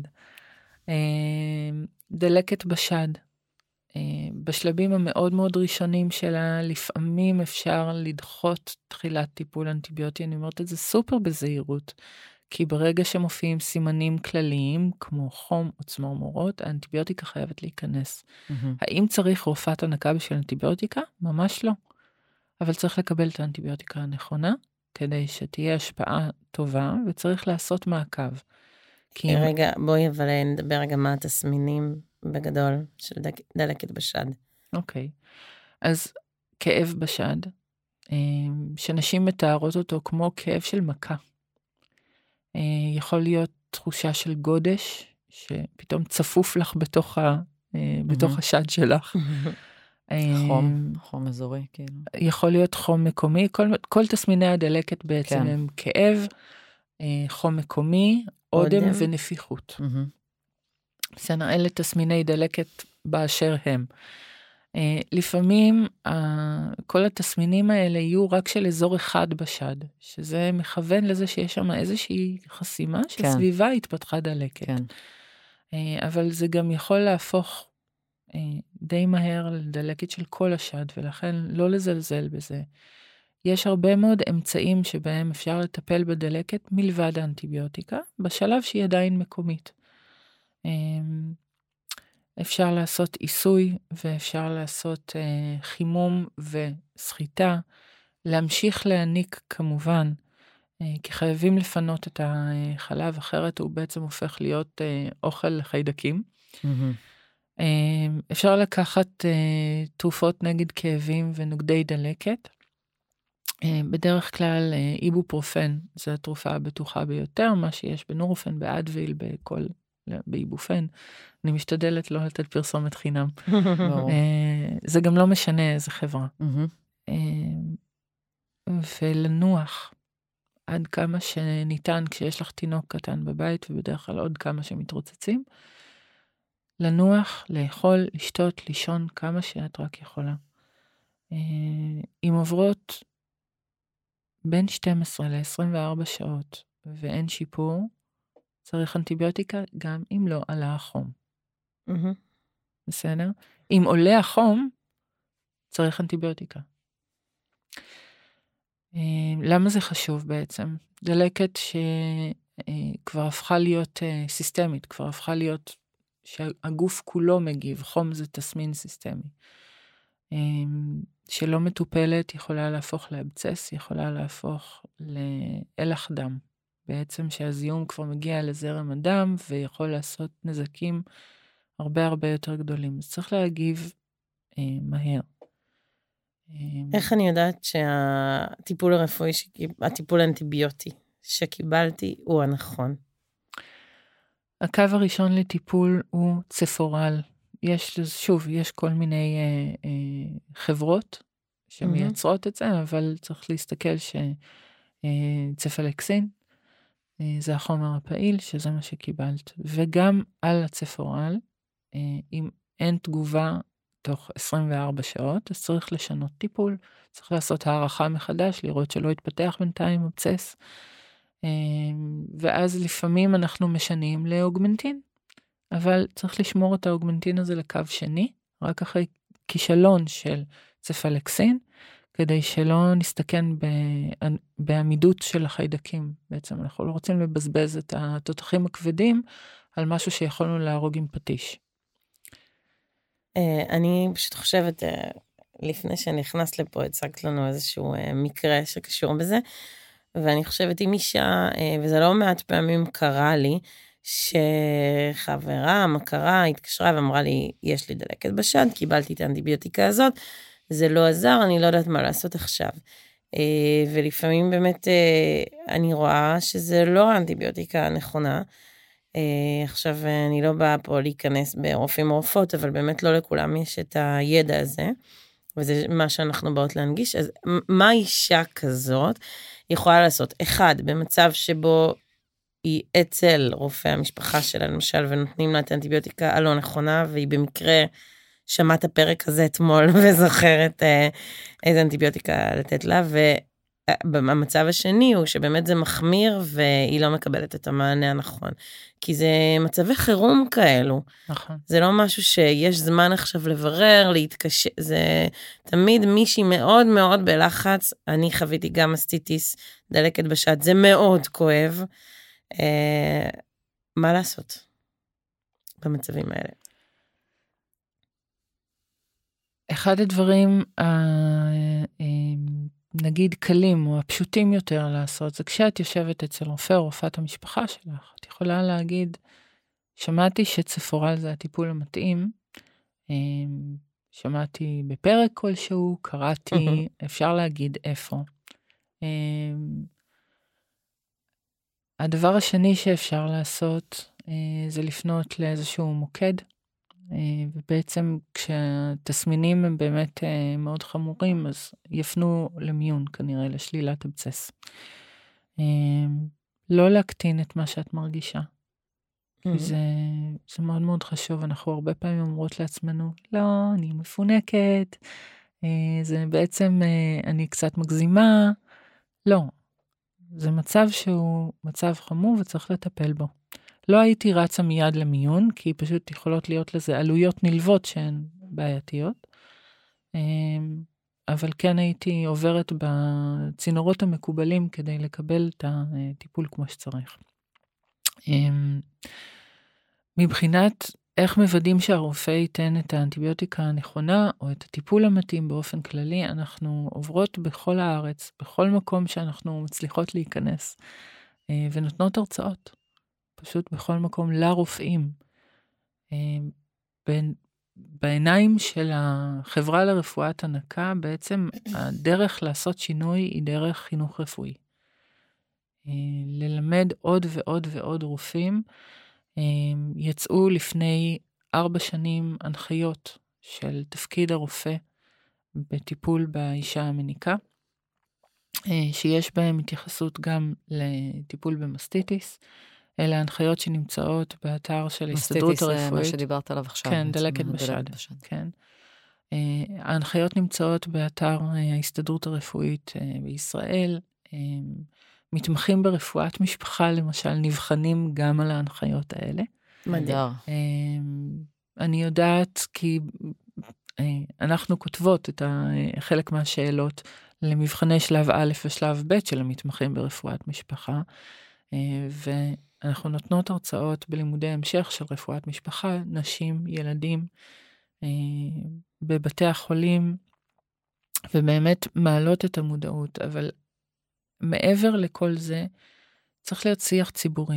דלקת בשד, בשלבים המאוד מאוד ראשונים שלה, לפעמים אפשר לדחות תחילת טיפול אנטיביוטי, אני אומרת את זה סופר בזהירות, כי ברגע שמופיעים סימנים כלליים, כמו חום או צמרמורות, האנטיביוטיקה חייבת להיכנס. Mm-hmm. האם צריך רופאת הנקה בשביל אנטיביוטיקה? ממש לא. אבל צריך לקבל את האנטיביוטיקה הנכונה, כדי שתהיה השפעה טובה, וצריך לעשות מעקב. כי... רגע, בואי אבל נדבר רגע מה התסמינים בגדול של דלקת בשד. אוקיי. אז כאב בשד, שנשים מתארות אותו כמו כאב של מכה. יכול להיות תחושה של גודש, שפתאום צפוף לך בתוך, ה... בתוך השד שלך. חום, חום אזורי, כאילו. יכול להיות חום מקומי, כל, כל תסמיני הדלקת בעצם כן. הם כאב, חום מקומי, אודם ונפיחות. בסדר, אלה תסמיני דלקת באשר הם. לפעמים כל התסמינים האלה יהיו רק של אזור אחד בשד, שזה מכוון לזה שיש שם איזושהי חסימה שסביבה התפתחה דלקת. אבל זה גם יכול להפוך די מהר לדלקת של כל השד, ולכן לא לזלזל בזה. יש הרבה מאוד אמצעים שבהם אפשר לטפל בדלקת מלבד האנטיביוטיקה, בשלב שהיא עדיין מקומית. אפשר לעשות עיסוי, ואפשר לעשות חימום וסחיטה, להמשיך להעניק כמובן, כי חייבים לפנות את החלב, אחרת הוא בעצם הופך להיות אוכל לחיידקים. Mm-hmm. אפשר לקחת תרופות נגד כאבים ונוגדי דלקת. בדרך כלל איבופרופן זו התרופה הבטוחה ביותר, מה שיש בנורופן, באדוויל, בכל, באיבופן. אני משתדלת לא לתת פרסומת חינם. זה גם לא משנה איזה חברה. ולנוח עד כמה שניתן כשיש לך תינוק קטן בבית, ובדרך כלל עוד כמה שמתרוצצים. לנוח, לאכול, לשתות, לישון כמה שאת רק יכולה. אם עוברות בין שתים עשרה ל-עשרים וארבע שעות ואין שיפור, צריך אנטיביוטיקה גם אם לא עלה החום. Mm-hmm. בסדר? אם עולה החום, צריך אנטיביוטיקה. למה זה חשוב בעצם? דלקת שכבר הפכה להיות סיסטמית, כבר הפכה להיות שהגוף כולו מגיב, חום זה תסמין סיסטמי. שלא מטופלת יכולה להפוך לאבצס, יכולה להפוך לאלח דם. בעצם שהזיהום כבר מגיע לזרם הדם, ויכול לעשות נזקים הרבה הרבה יותר גדולים. אז צריך להגיב אה, מהר. איך אני יודעת שהטיפול הרפואי, הטיפול האנטיביוטי שקיבלתי הוא הנכון? הקו הראשון לטיפול הוא צפורל. יש, שוב, יש כל מיני אה, אה, חברות שמייצרות mm-hmm. את זה, אבל צריך להסתכל שצפלקסין, אה, זה החומר הפעיל, שזה מה שקיבלת. וגם על הצפורל, אה, אם אין תגובה תוך עשרים וארבע שעות, אז צריך לשנות טיפול, צריך לעשות הערכה מחדש, לראות שלא יתפתח בינתיים אבצס, אה, ואז לפעמים אנחנו משנים לאוגמנטין. אבל צריך לשמור את האוגמנטין הזה לקו שני, רק אחרי כישלון של צפלקסין, כדי שלא נסתכן בעמידות של החיידקים. בעצם אנחנו לא רוצים לבזבז את התותחים הכבדים על משהו שיכולנו להרוג עם פטיש. אני פשוט חושבת, לפני שנכנס לפה, הצגת לנו איזשהו מקרה שקשור בזה, ואני חושבת עם אישה, וזה לא מעט פעמים קרה לי, שחברה, מכרה, התקשרה ואמרה לי, יש לי דלקת בשד, קיבלתי את האנטיביוטיקה הזאת, זה לא עזר, אני לא יודעת מה לעשות עכשיו. ולפעמים באמת אני רואה שזה לא האנטיביוטיקה הנכונה. עכשיו אני לא באה פה להיכנס ברופאים ורופאות, אבל באמת לא לכולם יש את הידע הזה, וזה מה שאנחנו באות להנגיש. אז מה אישה כזאת יכולה לעשות? אחד, במצב שבו היא אצל רופא המשפחה שלה, למשל, ונותנים לה את האנטיביוטיקה הלא נכונה, והיא במקרה שמעת הפרק הזה אתמול, וזוכרת אה, איזה אנטיביוטיקה לתת לה, והמצב השני הוא שבאמת זה מחמיר, והיא לא מקבלת את המענה הנכון. כי זה מצבי חירום כאלו. נכון. זה לא משהו שיש זמן עכשיו לברר, להתקשר, זה תמיד מישהי מאוד מאוד בלחץ, אני חוויתי גם מסטיטיס, דלקת בשד, זה מאוד כואב, Uh, מה לעשות במצבים האלה? אחד הדברים uh, uh, נגיד קלים או הפשוטים יותר לעשות, זה כשאת יושבת אצל רופא או רופאת המשפחה שלך, את יכולה להגיד, שמעתי שצפורל זה הטיפול המתאים, uh, שמעתי בפרק כלשהו, קראתי, אפשר להגיד איפה. Uh, הדבר השני שאפשר לעשות אה, זה לפנות לאיזשהו מוקד, אה, ובעצם כשהתסמינים הם באמת אה, מאוד חמורים, אז יפנו למיון כנראה, לשלילת אבצס. אה, לא להקטין את מה שאת מרגישה. Mm-hmm. זה, זה מאוד מאוד חשוב, אנחנו הרבה פעמים אומרות לעצמנו, לא, אני מפונקת, אה, זה בעצם, אה, אני קצת מגזימה, לא. זה מצב שהוא מצב חמור וצריך לטפל בו. לא הייתי רצה מיד למיון, כי פשוט יכולות להיות לזה עלויות נלוות שהן בעייתיות. אבל כן הייתי עוברת בצינורות המקובלים כדי לקבל את הטיפול כמו שצריך. מבחינת איך מוודאים שהרופא ייתן את האנטיביוטיקה הנכונה, או את הטיפול המתאים באופן כללי, אנחנו עוברות בכל הארץ, בכל מקום שאנחנו מצליחות להיכנס, ונותנות הרצאות, פשוט בכל מקום לרופאים. בעיניים של החברה לרפואת הנקה, בעצם הדרך לעשות שינוי היא דרך חינוך רפואי. ללמד עוד ועוד ועוד רופאים, יצאו לפני ארבע שנים הנחיות של תפקיד הרופא בטיפול באישה המניקה, שיש בהם התייחסות גם לטיפול במסטיטיס. אלה ההנחיות שנמצאות באתר של ההסתדרות הרפואית. מסטיטיס זה מה שדיברת עליו עכשיו. כן, דלקת בשד. כן. ההנחיות נמצאות באתר ההסתדרות הרפואית בישראל. מתמחים ברפואת משפחה, למשל, נבחנים גם על ההנחיות האלה. מדהים. אני יודעת כי אנחנו כותבות את חלק מהשאלות למבחני שלב א' ושלב ב' של המתמחים ברפואת משפחה, ואנחנו נותנות הרצאות בלימודי המשך של רפואת משפחה, נשים, ילדים, בבתי החולים, ובאמת מעלות את המודעות, אבל מעבר לכל זה, צריך להיות שיח ציבורי.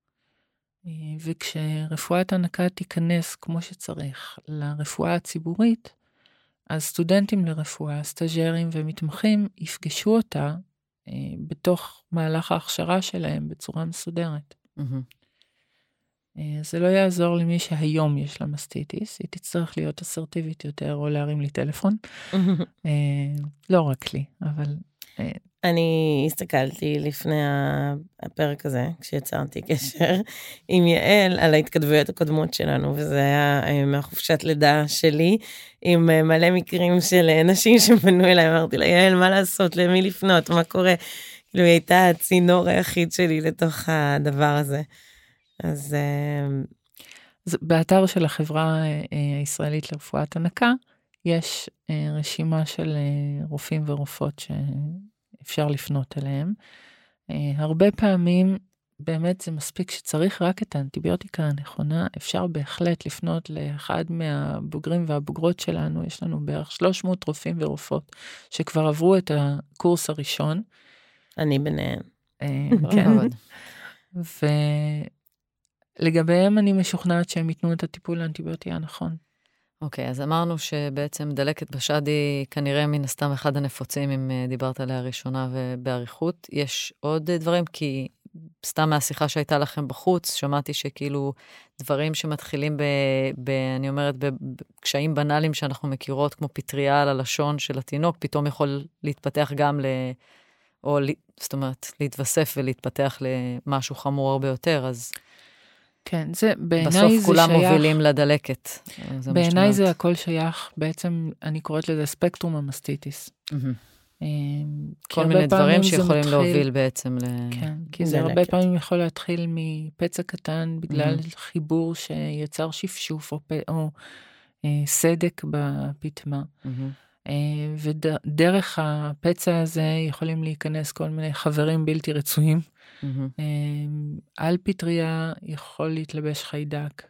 וכשרפואת הנקה תיכנס כמו שצריך לרפואה הציבורית, אז סטודנטים לרפואה, סטאג'רים ומתמחים יפגשו אותה אה, בתוך מהלך ההכשרה שלהם בצורה מסודרת. Mm-hmm. אה, זה לא יעזור למי שהיום יש לה מסטיטיס, היא תצטרך להיות אסרטיבית יותר או להרים לי טלפון. Mm-hmm. אה, לא רק לי, אבל... אה, אני הסתכלתי לפני הפרק הזה, כשיצרתי קשר עם יעל, על ההתכתבויות הקודמות שלנו, וזה היה מהחופשת לידה שלי, עם מלא מקרים של נשים שפנו אליי, אמרתי לה, יעל, מה לעשות, למי לפנות, מה קורה? כאילו, היא הייתה הצינור היחיד שלי לתוך הדבר הזה. אז... באתר של החברה הישראלית לרפואת הנקה, יש רשימה של רופאים ורופאות ש... אפשר לפנות אליהם. הרבה פעמים באמת זה מספיק שצריך רק את האנטיביוטיקה הנכונה, אפשר בהחלט לפנות לאחד מהבוגרים והבוגרות שלנו, יש לנו בערך שלוש מאות רופאים ורופאות שכבר עברו את הקורס הראשון. אני ביניהם. כן. ולגביהם אני משוכנעת שהם ייתנו את הטיפול האנטיביוטי הנכון. אוקיי, okay, אז אמרנו שבעצם דלקת בשד היא כנראה מן הסתם אחד הנפוצים, אם דיברת עליה ראשונה ובעריכות. יש עוד דברים, כי סתם מהשיחה שהייתה לכם בחוץ, שמעתי שכאילו דברים שמתחילים ב... ב אני אומרת, בקשיים בנאליים שאנחנו מכירות, כמו פטריה על הלשון של התינוק, פתאום יכול להתפתח גם ל... או זאת אומרת, להתווסף ולהתפתח למשהו חמור הרבה יותר, אז... כן, זה, בעיניי זה שייך. בסוף כולם מובילים לדלקת. בעיניי זה הכל שייך, בעצם אני קוראת לזה ספקטרום המסטיטיס. כל מיני דברים שיכולים להוביל בעצם ל... כן, כי זה הרבה פעמים יכול להתחיל מפצע קטן, בגלל חיבור שיצר שפשוף או סדק בפטמה. ודרך הפצע הזה יכולים להיכנס כל מיני חברים בלתי רצויים. Mm-hmm. על פטריה יכול להתלבש חיידק,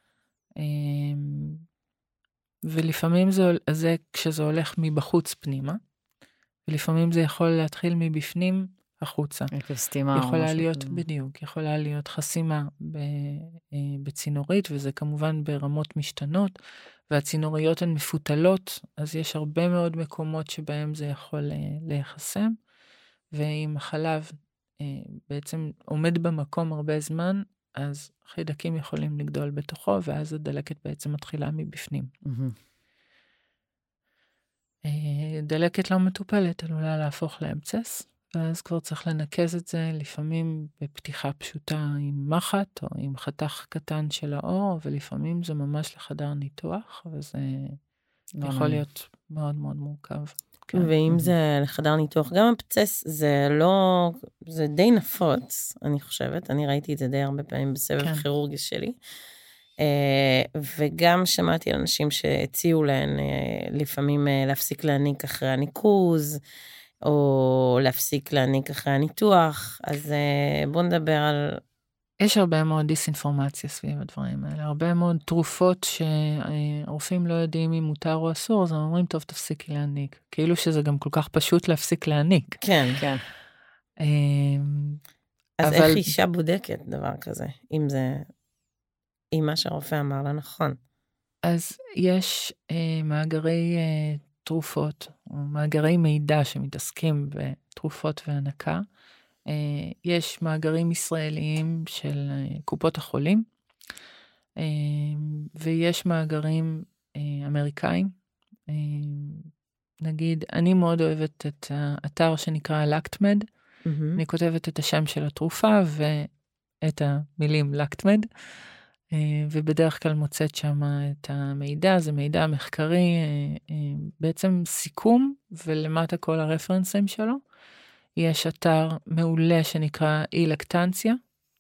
ולפעמים זה, זה כשזה הולך מבחוץ פנימה, ולפעמים זה יכול להתחיל מבפנים החוצה. סתימה יכולה להיות, בדיוק, יכולה להיות חסימה בצינורית, וזה כמובן ברמות משתנות, והצינוריות הן מפותלות, אז יש הרבה מאוד מקומות שבהם זה יכול להיחסם, ועם החלב בעצם עומד במקום הרבה זמן, אז חיידקים יכולים לגדול בתוכו, ואז הדלקת בעצם מתחילה מבפנים. Mm-hmm. דלקת לא מטופלת עלולה להפוך לאבצס, ואז כבר צריך לנקז את זה, לפעמים בפתיחה פשוטה עם מחט, או עם חתך קטן של האור, ולפעמים זה ממש לחדר ניתוח, וזה יכול להיות מאוד מאוד מורכב. ואם זה לחדר ניתוח, גם אבצס זה לא, זה די נפוץ, אני חושבת, אני ראיתי את זה די הרבה פעמים בסבב כירורגי שלי, וגם שמעתי על אנשים שהציעו להן לפעמים להפסיק להניק אחרי הניקוז, או להפסיק להניק אחרי הניתוח, אז בואו נדבר על... יש הרבה מאוד דיסאינפורמציה סביב הדברים האלה, הרבה מאוד תרופות שהרופאים לא יודעים אם מותר או אסור, אז הם אומרים, טוב, תפסיקי להניק. כאילו שזה גם כל כך פשוט להפסיק להניק. כן. כן. אז אבל... איך אישה בודקת דבר כזה, אם זה, אם מה שהרופא אמר לה נכון? אז יש אה, מאגרי אה, תרופות, או מאגרי מידע שמתעסקים בתרופות והנקה, יש מאגרים ישראליים של קופות החולים, ויש מאגרים אמריקאים. נגיד, אני מאוד אוהבת את האתר שנקרא לקטמד, mm-hmm. אני כותבת את השם של התרופה ואת המילים לקטמד, ובדרך כלל מוצאת שם את המידע, זה מידע מחקרי, בעצם סיכום, ולמטה כל הרפרנסים שלו. יש אתר מעולה שנקרא אי-לקטנציה,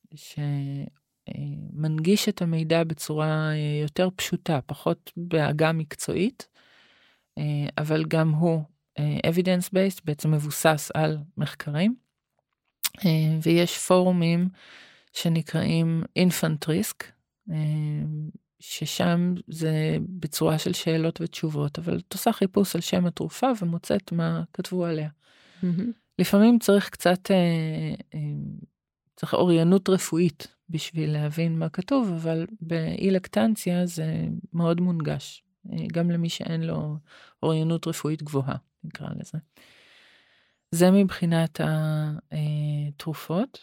שמנגיש את המידע בצורה יותר פשוטה, פחות בהגה מקצועית, אבל גם הוא evidence-based, בעצם מבוסס על מחקרים, ויש פורומים שנקראים infant risk, ששם זה בצורה של שאלות ותשובות, אבל את עושה חיפוש על שם התרופה ומוצאת מה כתבו עליה. Mm-hmm. לפעמים צריך קצת, צריך אוריינות רפואית בשביל להבין מה כתוב, אבל באי-לקטנציה זה מאוד מונגש, גם למי שאין לו אוריינות רפואית גבוהה, נקרא לזה. זה מבחינת התרופות.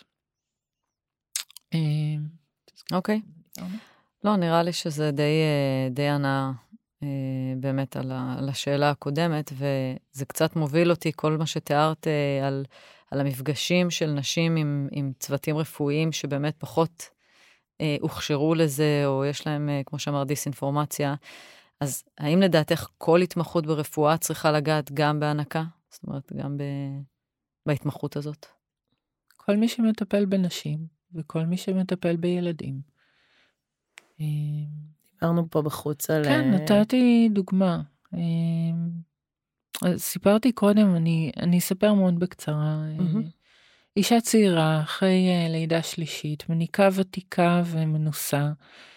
אוקיי. לא, נראה לי שזה די, די ענה באמת על, ה, על השאלה הקודמת, וזה קצת מוביל אותי, כל מה שתיארת על, על המפגשים של נשים עם, עם צוותים רפואיים שבאמת פחות אה, הוכשרו לזה, או יש להם, אה, כמו שאמר, דיסאינפורמציה. אז האם לדעתך כל התמחות ברפואה צריכה לגעת גם בהנקה? זאת אומרת, גם ב, בהתמחות הזאת? כל מי שמטפל בנשים, וכל מי שמטפל בילדים. דיברנו פה בחוץ על... כן, נתתי דוגמה. סיפרתי קודם, אני, אני אספר מאוד בקצרה. Mm-hmm. אישה צעירה, אחרי לידה שלישית, מניקה ותיקה ומנוסה,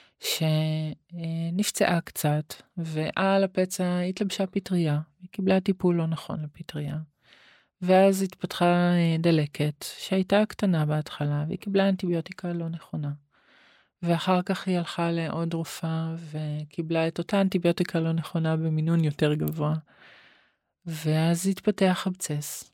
שנפצעה קצת, ועל הפצע התלבשה פטריה, היא קיבלה טיפול לא נכון לפטריה. ואז התפתחה דלקת, שהייתה קטנה בהתחלה, והיא קיבלה אנטיביוטיקה לא נכונה. ואחר כך היא הלכה לעוד רופאה, וקיבלה את אותה אנטיביוטיקה לא נכונה במינון יותר גבוה. ואז התפתח אבצס.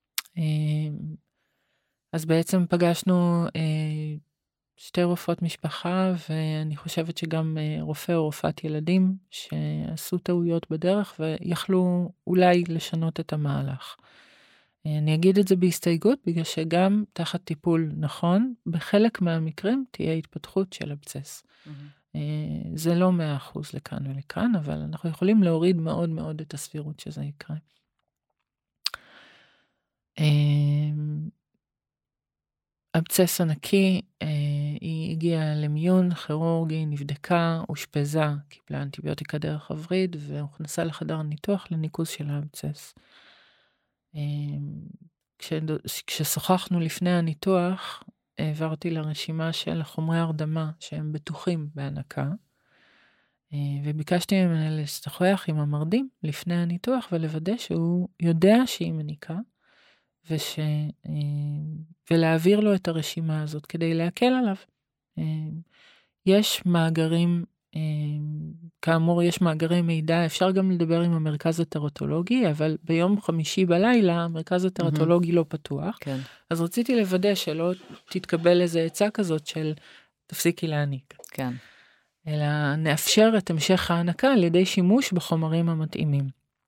אז בעצם פגשנו שתי רופאות משפחה, ואני חושבת שגם רופא או רופאת ילדים, שעשו טעויות בדרך, ויכלו אולי לשנות את המהלך. אני אגיד את זה בהסתייגות, בגלל שגם תחת טיפול נכון, בחלק מהמקרים תהיה התפתחות של אבצס. Mm-hmm. זה לא מאה אחוז לכאן ולכאן, אבל אנחנו יכולים להוריד מאוד מאוד את הסבירות שזה יקרה. אבצס ענקי, היא הגיעה למיון כירורגי, נבדקה, אושפזה, קיבלה אנטיביוטיקה דרך הווריד, והוכנסה לחדר ניתוח לניקוז של האבצס. כששוחחנו לפני הניתוח, העברתי לרשימה של חומרי הרדמה שהם בטוחים בהנקה, וביקשתי ממנה לשוחח עם המרדים לפני הניתוח ולוודא שהוא יודע שהיא מניקה, וש... ולהעביר לו את הרשימה הזאת כדי להקל עליו. יש מאגרים, כאמור יש מאגרי מידע, אפשר גם לדבר עם המרכז הטרטולוגי, אבל ביום חמישי בלילה המרכז הטרטולוגי mm-hmm. לא פתוח, כן. אז רציתי לוודא שלא תתקבל איזו עצה כזאת של תפסיקי להניק. כן. אלא נאפשר את המשך ההנקה על ידי שימוש בחומרים המתאימים.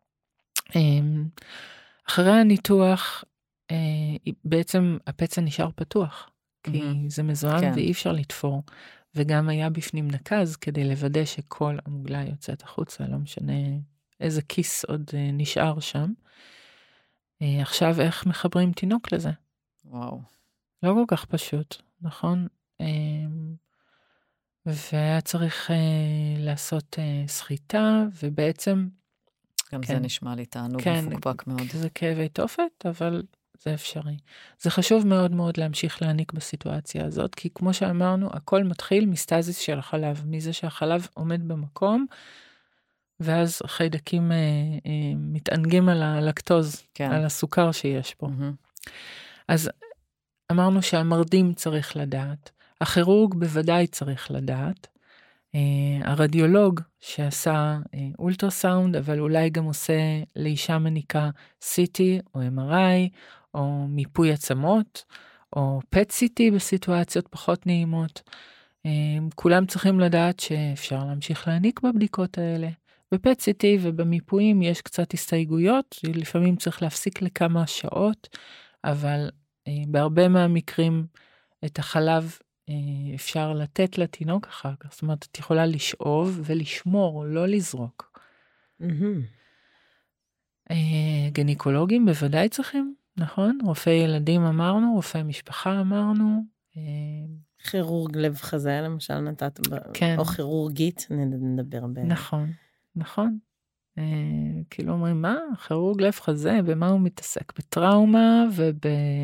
אחרי הניתוח, בעצם הפצע נשאר פתוח, כי mm-hmm. זה מזוהם כן. ואי אפשר לתפור. וגם היה בפנים נקז כדי לוודא שכל המוגלה יוצאת החוצה, לא משנה איזה כיס עוד נשאר שם. עכשיו איך מחברים תינוק לזה? וואו. לא כל כך פשוט, נכון? והיה צריך אה, לעשות אה, סחיטה, ובעצם... גם כן, זה נשמע לי תענוג כן, מפוקפק מאוד. זה כאבי תופת, אבל זה אפשרי. זה חשוב מאוד מאוד להמשיך להעניק בסיטואציה הזאת, כי כמו שאמרנו, הכל מתחיל מסטזיס של החלב, מזה שהחלב עומד במקום, ואז חיידקים אה, אה, מתענגים על הלקטוז, כן. על הסוכר שיש פה. Mm-hmm. אז אמרנו שהמרדים צריך לדעת, הכירורג בוודאי צריך לדעת, uh, הרדיולוג שעשה uh, אולטרסאונד, אבל אולי גם עושה לאישה מניקה סי טי או אם אר איי, או מיפוי עצמות, או פט סי טי בסיטואציות פחות נעימות. Uh, כולם צריכים לדעת שאפשר להמשיך להעניק בבדיקות האלה. בפט סי טי ובמיפויים יש קצת הסתייגויות, לפעמים צריך להפסיק לכמה שעות, אבל uh, בהרבה מהמקרים את החלב אפשר לתת לתינוק אחר כך, זאת אומרת, את יכולה לשאוב ולשמור, לא לזרוק. גניקולוגים בוודאי צריכים, נכון? רופאי ילדים אמרנו, רופאי משפחה אמרנו. כירורג לב חזה, למשל, נתת, או כירורגית, נדבר ב... נכון, נכון. כאילו אומרים, מה? כירורג לב חזה, במה הוא מתעסק? בטראומה וב...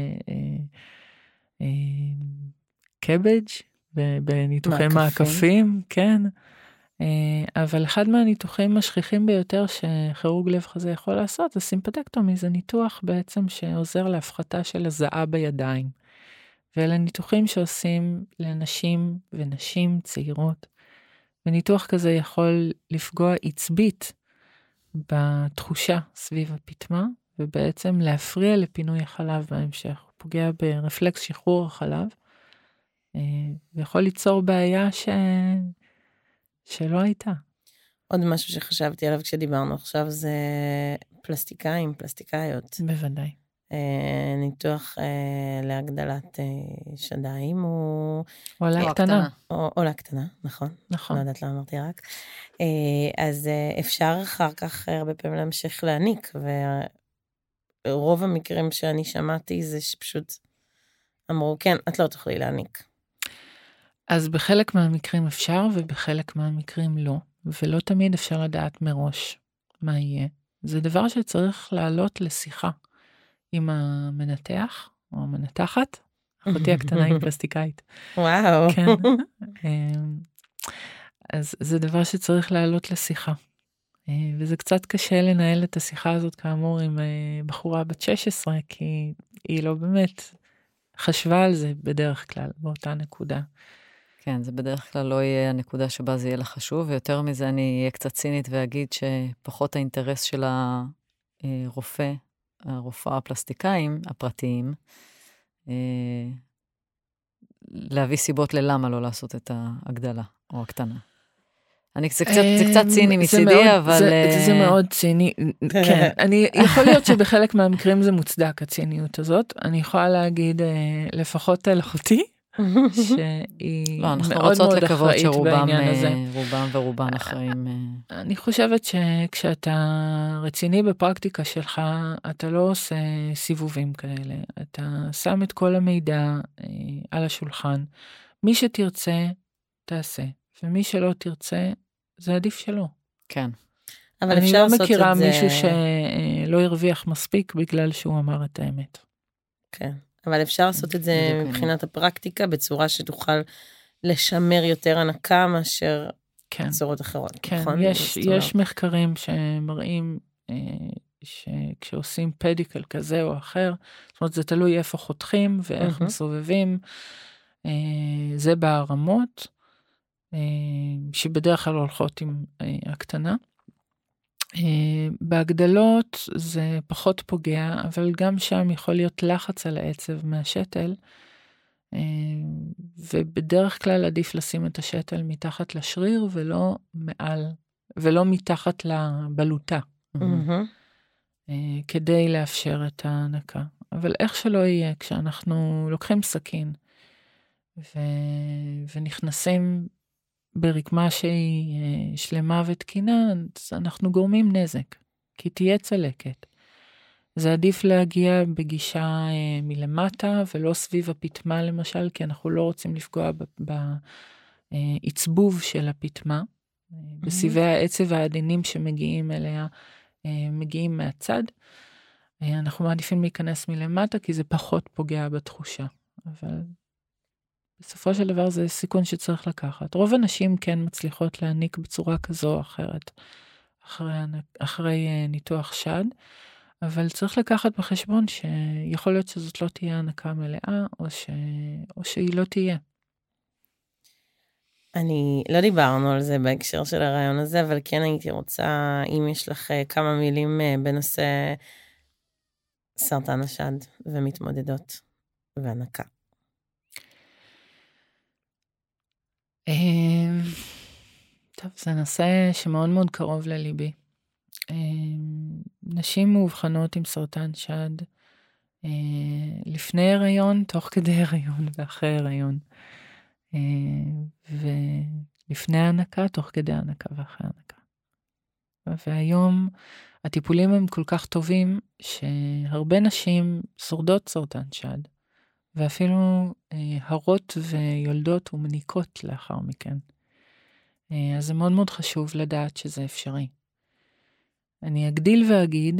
קבג' בניתוחי מעקפים, כן. אבל אחד מהניתוחים השכיחים ביותר שכירורג לב חזה יכול לעשות, זה סימפטקטומי, זה ניתוח בעצם שעוזר להפחתה של הזעה בידיים. ואלה ניתוחים שעושים לאנשים ונשים צעירות. וניתוח כזה יכול לפגוע עצבית בתחושה סביב הפתמה, ובעצם להפריע לפינוי החלב בהמשך. הוא פוגע ברפלקס שחרור החלב, ויכול ליצור בעיה ש... שלא הייתה. עוד משהו שחשבתי עליו כשדיברנו עכשיו זה פלסטיקאים, פלסטיקאיות. בוודאי. ניתוח להגדלת שדיים או... או להקטנה. או, או להקטנה, נכון. נכון. לא יודעת למה אמרתי רק. אז אפשר אחר כך הרבה פעמים להמשיך להעניק, ורוב המקרים שאני שמעתי זה שפשוט אמרו, כן, את לא תוכלי להעניק. אז בחלק מהמקרים אפשר, ובחלק מהמקרים לא, ולא תמיד אפשר לדעת מראש מה יהיה. זה דבר שצריך לעלות לשיחה עם המנתח, או המנתחת, אחותי הקטנה היא פלסטיקאית. וואו. כן. אז זה דבר שצריך לעלות לשיחה. וזה קצת קשה לנהל את השיחה הזאת, כאמור, עם בחורה בת שש עשרה, כי היא לא באמת חשבה על זה בדרך כלל, באותה נקודה. כן, זה בדרך כלל לא יהיה הנקודה שבה זה יהיה לה חשוב, ויותר מזה אני אהיה קצת צינית ואגיד שפחות האינטרס של הרופא, הרופאה הפלסטיקאים הפרטיים, להביא סיבות ללמה לא לעשות את ההגדלה או הקטנה. אני, זה קצת, זה קצת ציני מצידי, אבל... זה, זה מאוד ציני, כן. אני, יכול להיות שבחלק מהמקרים זה מוצדק, הציניות הזאת. אני יכולה להגיד, לפחות על אחותי, שהיא לא, אנחנו מאוד רוצות מאוד לקוות אחראית בעניין הזה. רובם ורובן אחראים. אני חושבת שכשאתה רציני בפרקטיקה שלך, אתה לא עושה סיבובים כאלה. אתה שם את כל המידע על השולחן. מי שתרצה, תעשה. ומי שלא תרצה, זה עדיף שלא. כן. אבל אפשר לעשות את זה... אני לא מכירה מישהו שלא הרוויח מספיק בגלל שהוא אמר את האמת. כן. אבל אפשר לעשות את זה מבחינת הפרקטיקה, בצורה שתוכל לשמר יותר הנקה מאשר כן. צורות אחרות. כן, נכון? יש, יש מחקרים שמראים אה, שכשעושים פדיקל כזה או אחר, זאת אומרת, זה תלוי איפה חותכים ואיך מסובבים, אה, זה בהרמות, אה, שבדרך כלל הולכות עם אה, הקטנה. בהגדלות זה פחות פוגע, אבל גם שם יכול להיות לחץ על העצב מהשתל, ובדרך כלל עדיף לשים את השתל מתחת לשריר ולא מעל, ולא מתחת לבלוטה, כדי לאפשר את ההנקה. אבל איך שלא יהיה, כשאנחנו לוקחים סכין ונכנסים ברקמה שהיא שלמה ותקינה, אנחנו גורמים נזק, כי תהיה צלקת. זה עדיף להגיע בגישה מלמטה, ולא סביב הפתמה למשל, כי אנחנו לא רוצים לפגוע עיצבוב של הפתמה, בסיבי העצב העדינים שמגיעים אליה, מגיעים מהצד. אנחנו מעדיפים להיכנס מלמטה, כי זה פחות פוגע בתחושה. אבל בסופו של דבר זה סיכון שצריך לקחת. רוב הנשים כן מצליחות להעניק בצורה כזו או אחרת, אחרי, אחרי ניתוח שד, אבל צריך לקחת בחשבון שיכול להיות שזאת לא תהיה הנקה מלאה, או, ש... או שהיא לא תהיה. אני, לא דיברנו על זה בהקשר של הרעיון הזה, אבל כן הייתי רוצה, אם יש לך כמה מילים בנושא סרטן השד ומתמודדות והנקה. טוב, זה נושא שמאוד מאוד קרוב לליבי. נשים מאובחנות עם סרטן שד לפני הריון, תוך כדי הריון ואחרי הריון. ולפני ההנקה, תוך כדי ההנקה ואחרי ההנקה. והיום הטיפולים הם כל כך טובים שהרבה נשים שורדות סרטן שד, ואפילו הרות ויולדות ומניקות לאחר מכן. אז זה מאוד מאוד חשוב לדעת שזה אפשרי. אני אגדיל ואגיד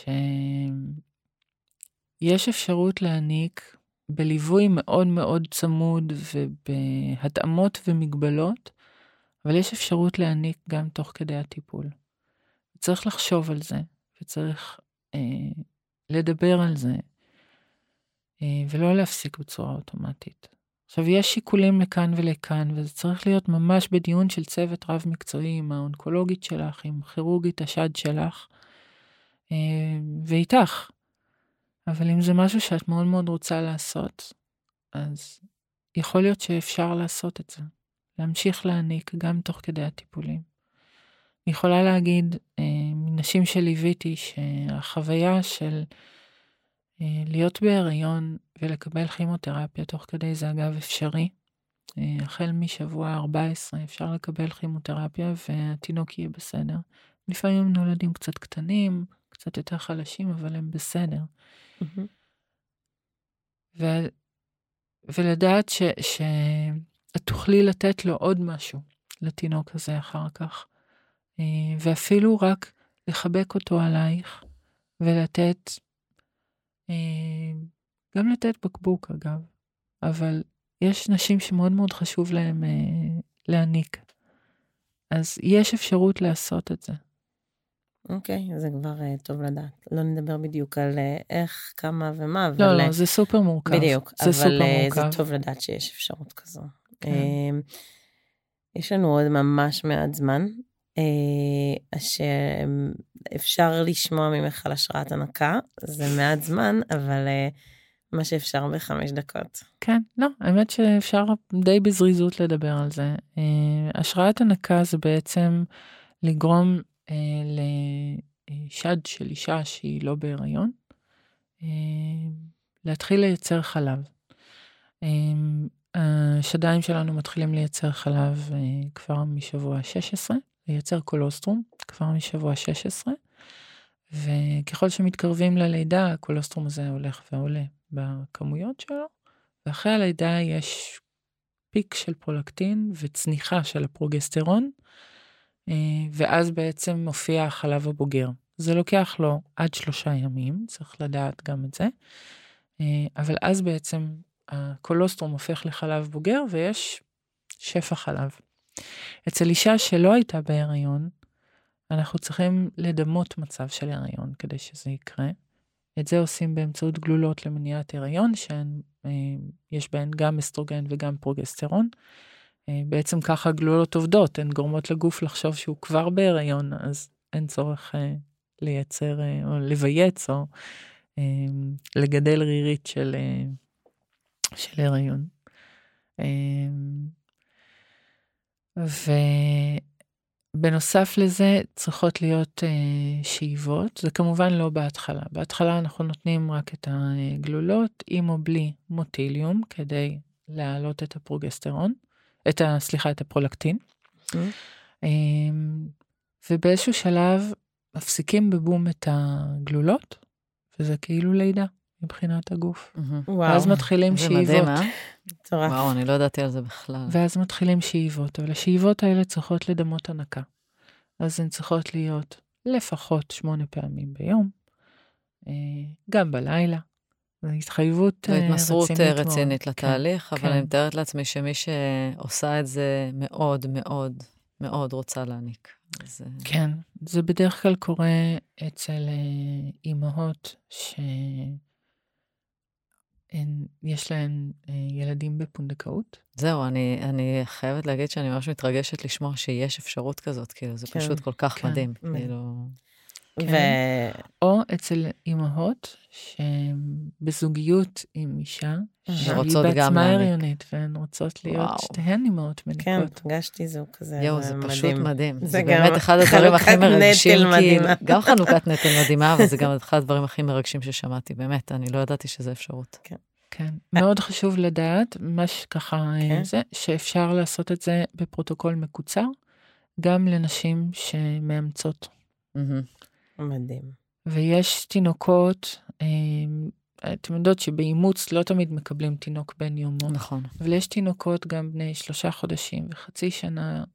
שיש אפשרות להעניק בליווי מאוד מאוד צמוד ובהתאמות ומגבלות, אבל יש אפשרות להעניק גם תוך כדי הטיפול. צריך לחשוב על זה, וצריך אה, לדבר על זה, אה, ולא להפסיק בצורה אוטומטית. עכשיו, יש שיקולים לכאן ולכאן, וזה צריך להיות ממש בדיון של צוות רב מקצועי, עם האונקולוגית שלך, עם כירורגית השד שלך, אה, ואיתך. אבל אם זה משהו שאת מאוד מאוד רוצה לעשות, אז יכול להיות שאפשר לעשות את זה. להמשיך להעניק גם תוך כדי הטיפולים. אני יכולה להגיד, אה, מנשים שליוויתי, שהחוויה של אה, להיות בהיריון ולקבל כימותרפיה תוך כדי זה אגב אפשרי. אה, החל משבוע ארבע עשרה אפשר לקבל כימותרפיה והתינוק יהיה בסדר. לפעמים נולדים קצת קטנים, קצת יותר חלשים, אבל הם בסדר. Mm-hmm. ו... ולדעת ש... שאת תוכלי לתת לו עוד משהו לתינוק הזה אחר כך. ואפילו רק לחבק אותו עלייך, ולתת, גם לתת בקבוק אגב, אבל יש נשים שמאוד מאוד חשוב להם להעניק. אז יש אפשרות לעשות את זה. אוקיי, okay, זה כבר uh, טוב לדעת. לא נדבר בדיוק על uh, איך, כמה ומה, אבל... לא, לא, זה סופר מורכב. בדיוק, זה אבל סופר uh, מורכב. זה טוב לדעת שיש אפשרות כזו. כן. Uh, יש לנו עוד ממש מעט זמן, uh, שאפשר לשמוע ממך על השראת הנקה, זה מעט זמן, אבל uh, מה שאפשר בחמש דקות. כן, לא, האמת שאפשר די בזריזות לדבר על זה. Uh, השראת הנקה זה בעצם לגרום... לשד של אישה שהיא לא בהיריון, להתחיל לייצר חלב. השדיים שלנו מתחילים לייצר חלב כבר משבוע שש עשרה, לייצר קולוסטרום כבר משבוע שש עשרה, וככל שמתקרבים ללידה, הקולוסטרום הזה הולך ועולה בכמויות שלו, ואחרי הלידה יש פיק של פרולקטין וצניחה של הפרוגסטרון, ואז בעצם מופיע החלב הבוגר. זה לוקח לו עד שלושה ימים, צריך לדעת גם את זה, אבל אז בעצם הקולוסטרום הופך לחלב בוגר, ויש שפע חלב. אצל אישה שלא הייתה בהיריון, אנחנו צריכים לדמות מצב של הריון, כדי שזה יקרה. את זה עושים באמצעות גלולות למניעת הריון, שיש בהן גם אסטרוגן וגם פרוגסטרון, בעצם ככה גלולות עובדות, הן גורמות לגוף לחשוב שהוא כבר בהיריון, אז אין צורך אה, לייצר אה, או לבייץ או אה, לגדל רירית של, אה, של הריון. אה, ובנוסף לזה צריכות להיות אה, שאיבות, זה כמובן לא בהתחלה. בהתחלה אנחנו נותנים רק את הגלולות, עם או בלי מוטיליום, כדי להעלות את הפרוגסטרון. את ה, סליחה, את הפרולקטין. Mm-hmm. ובאיזשהו שלב מפסיקים בבום את הגלולות, וזה כאילו לידה. מבחינת הגוף. מהמם. ואז מתחילים זה שאיבות. מדהים, אה? מטורף. וואו, אני לא ידעתי על זה בכלל. ואז מתחילים שאיבות, אבל השאיבות האלה צריכות לדמות הנקה. אז הן צריכות להיות לפחות שמונה פעמים ביום, אה, גם בלילה. זו התחייבות זו אה, התמסרות רצינית אה, מאוד. רצינית כן, לתהליך, אבל כן. אני מתארת לעצמי שמי שעושה את זה מאוד מאוד מאוד רוצה להעניק. אז, אה, כן, זה בדרך כלל קורה אצל אה, אימהות שיש להן אה, ילדים בפונדקאות. זהו, אני, אני חייבת להגיד שאני ממש מתרגשת לשמוע שיש אפשרות כזאת, כאילו, זה כן, פשוט כל כך כן. מדהים, מדהים. כאילו... ו... או אצל אימהות שהן בזוגיות עם אישה, שהיא ורוצות גם בעצמה להעניק. הריונית, והן רוצות להיות וואו. שתיהן אימהות כן, מניקות. פגשתי זוג כזה, יואו, זה זה מדהים. פשוט מדהים. זה זה גם באמת אחד הדברים הכי חלוקת מרגשים, נטל כאילו, מדהימה. גם חלוקת נטל מדהימה, אבל זה גם אחד הדברים הכי מרגשים ששמעתי, באמת, אני לא ידעתי שזה אפשרות. כן, מאוד חשוב לדעת, מה שככה כן. זה, שאפשר לעשות את זה בפרוטוקול מקוצר, גם לנשים שמאמצות. מהמם. מדהים. ויש תינוקות, אה, אתם יודעות שבאימוץ לא תמיד מקבלים תינוק בן יומו, נכון. אבל יש תינוקות גם בני שלושה חודשים וחצי שנה,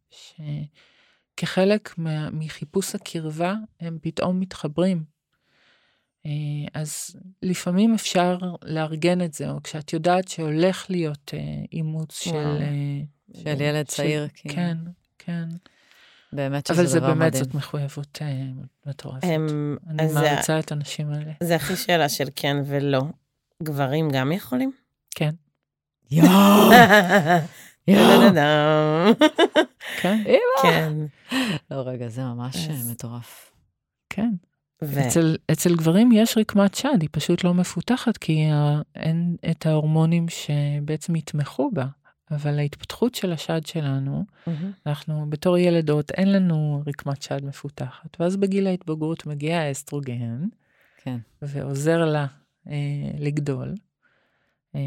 שכחלק מה- מחיפוש הקרבה, הם פתאום מתחברים. אה, אז לפעמים אפשר לארגן את זה, או כשאת יודעת שהולך להיות אה, אימוץ של... וואו. אה, של ילד צעיר, כאילו. כן, כן. באמת אבל שזה זה דבר באמת, מדהים. זאת מחויבות אה, מטורפת. הם- אני אז זה- מעריצה את הנשים האלה. זה הכי שאלה של כן ולא. גברים גם יכולים? כן, יואו! יואו! דדדם. כן, כן. לא, רגע, זה ממש אז- מטורף. כן. ו- אצל, אצל גברים יש רקמת שד, היא פשוט לא מפותחת, כי ה- אין את ההורמונים שבעצם יתמכו בה. אבל ההתפתחות של השד שלנו, מהמם. אנחנו בתור ילדות, אין לנו רקמת שד מפותחת. ואז בגיל ההתבגרות מגיע האסטרוגן, כן. ועוזר לה אה, לגדול. אה,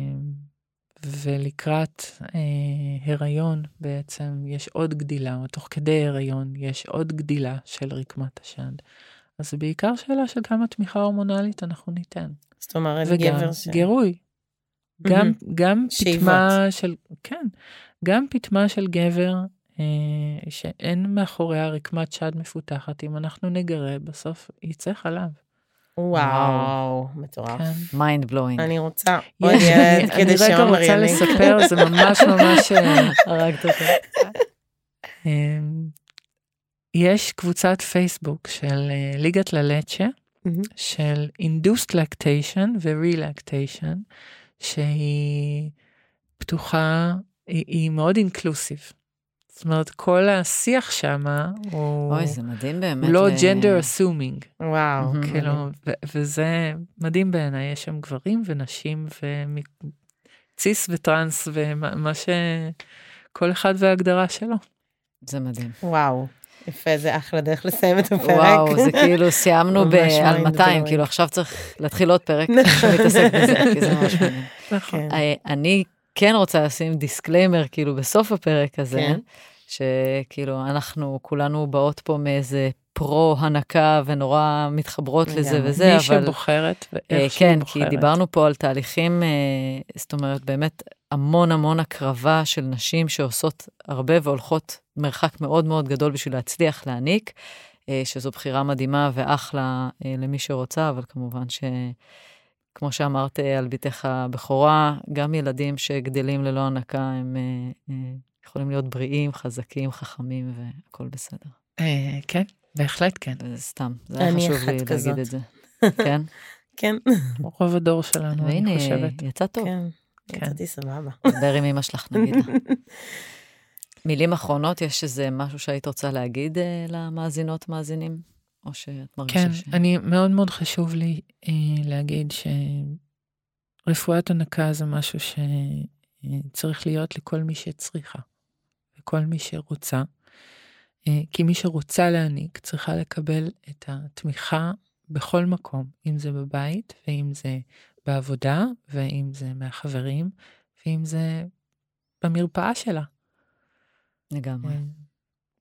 ולקראת אה, הריון בעצם יש עוד גדילה, או תוך כדי הריון יש עוד גדילה של רקמת השד. אז זה בעיקר שאלה של כמה תמיכה הורמונלית אנחנו ניתן. זאת אומרת, וגם גבר ש... גירוי. גם, גם שאיבות. פתמה של, כן, גם פתמה של גבר, אה, שאין מאחוריה רקמת שד מפותחת, אם אנחנו נגרה, בסוף יצא חלב. וואו, מטורף. כן. mind blowing. אני רוצה עוד יש, ילד אני, אני כדי רגע שעומר רוצה יניק. לספר, זה ממש ממש... אה, הרגת אותו. אה, יש קבוצת פייסבוק של אה, ליגת ללצ'ה, מהמם. של induced lactation ו-relactation, שהיא פתוחה, היא, היא מאוד אינקלוסיב. זאת אומרת, כל השיח שם הוא, אוי, זה מדהים באמת. הוא לא ל- gender assuming. וואו. מהמם. כאילו, ו- וזה מדהים בעיניי, יש שם גברים ונשים וציס וטרנס ומה שכל אחד וההגדרה שלו. זה מדהים. וואו. יפה, זה אחלה דרך לסיים את הפרק. וואו, זה כאילו סיימנו ממש ב- על mind מאתיים, blowing. כאילו עכשיו צריך להתחיל עוד פרק שמתעסק בזה, כי זה ממש מעניין. נכון. כן. אה, אני כן רוצה לשים דיסקליימר, כאילו בסוף הפרק הזה, כן. שכאילו אנחנו כולנו באות פה מאיזה פרו הנקה ונורא מתחברות לזה לגמרי. וזה, מי אבל... שבוחרת אה, ואיך שהיא כן, בוחרת. כי דיברנו פה על תהליכים, אה, זאת אומרת, באמת המון המון הקרבה של נשים שעושות הרבה והולכות מרחק מאוד מאוד גדול בשביל להצליח להעניק, אה, שזו בחירה מדהימה ואחלה אה, למי שרוצה, אבל כמובן שכמו שאמרת אה, על ביתך הבכורה, גם ילדים שגדלים ללא הנקה, הם אה, אה, יכולים להיות בריאים, חזקים, חכמים והכל בסדר. אה, כן, בהחלט כן. וזה סתם, זה היה אני חשוב אחת לי להגיד כזאת. את זה. כן? כן. רוב הדור שלנו, אני והנה, חושבת. יצא טוב. כן. כן. יצאתי סבבה. דבר עם אמא שלך, נגיד לה. מילים אחרונות, יש איזה משהו שהיית רוצה להגיד אה, למאזינות, מאזינים? או שאת מרגישה כן, ש... אני מאוד מאוד חשוב לי אה, להגיד שרפואת הנקה זה משהו שצריך להיות לכל מי שצריכה, לכל מי שרוצה, אה, כי מי שרוצה להעניק צריכה לקבל את התמיכה בכל מקום, אם זה בבית, ואם זה בעבודה, ואם זה מהחברים, ואם זה במרפאה שלה. לגמרי. אה,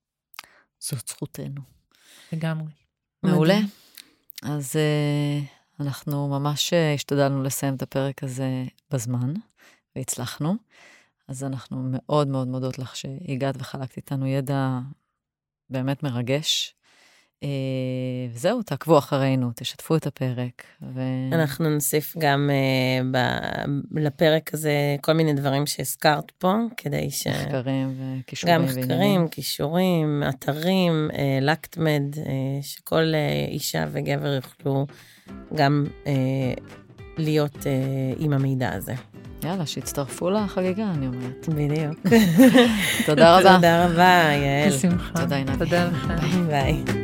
זאת זכותנו. לגמרי. מעולה. מדהים. אז uh, אנחנו ממש השתדלנו לסיים את הפרק הזה בזמן, והצלחנו. אז אנחנו מאוד מאוד מודות לך שהגעת וחלקת איתנו ידע באמת מרגש. וזהו, תעקבו אחרינו, תשתפו את הפרק. ו... אנחנו נוסיף גם uh, ב- לפרק הזה כל מיני דברים שהזכרת פה, כדי ש... מחקרים וקישורים. גם מחקרים, קישורים, אתרים, uh, לקטמד, uh, שכל uh, אישה וגבר יוכלו גם uh, להיות uh, עם המידע הזה. יאללה, שיצטרפו לחגיגה, אני אומרת. בדיוק. תודה רבה. תודה רבה, יעל. בשמחה. תודה, עינת. תודה לכם. ביי.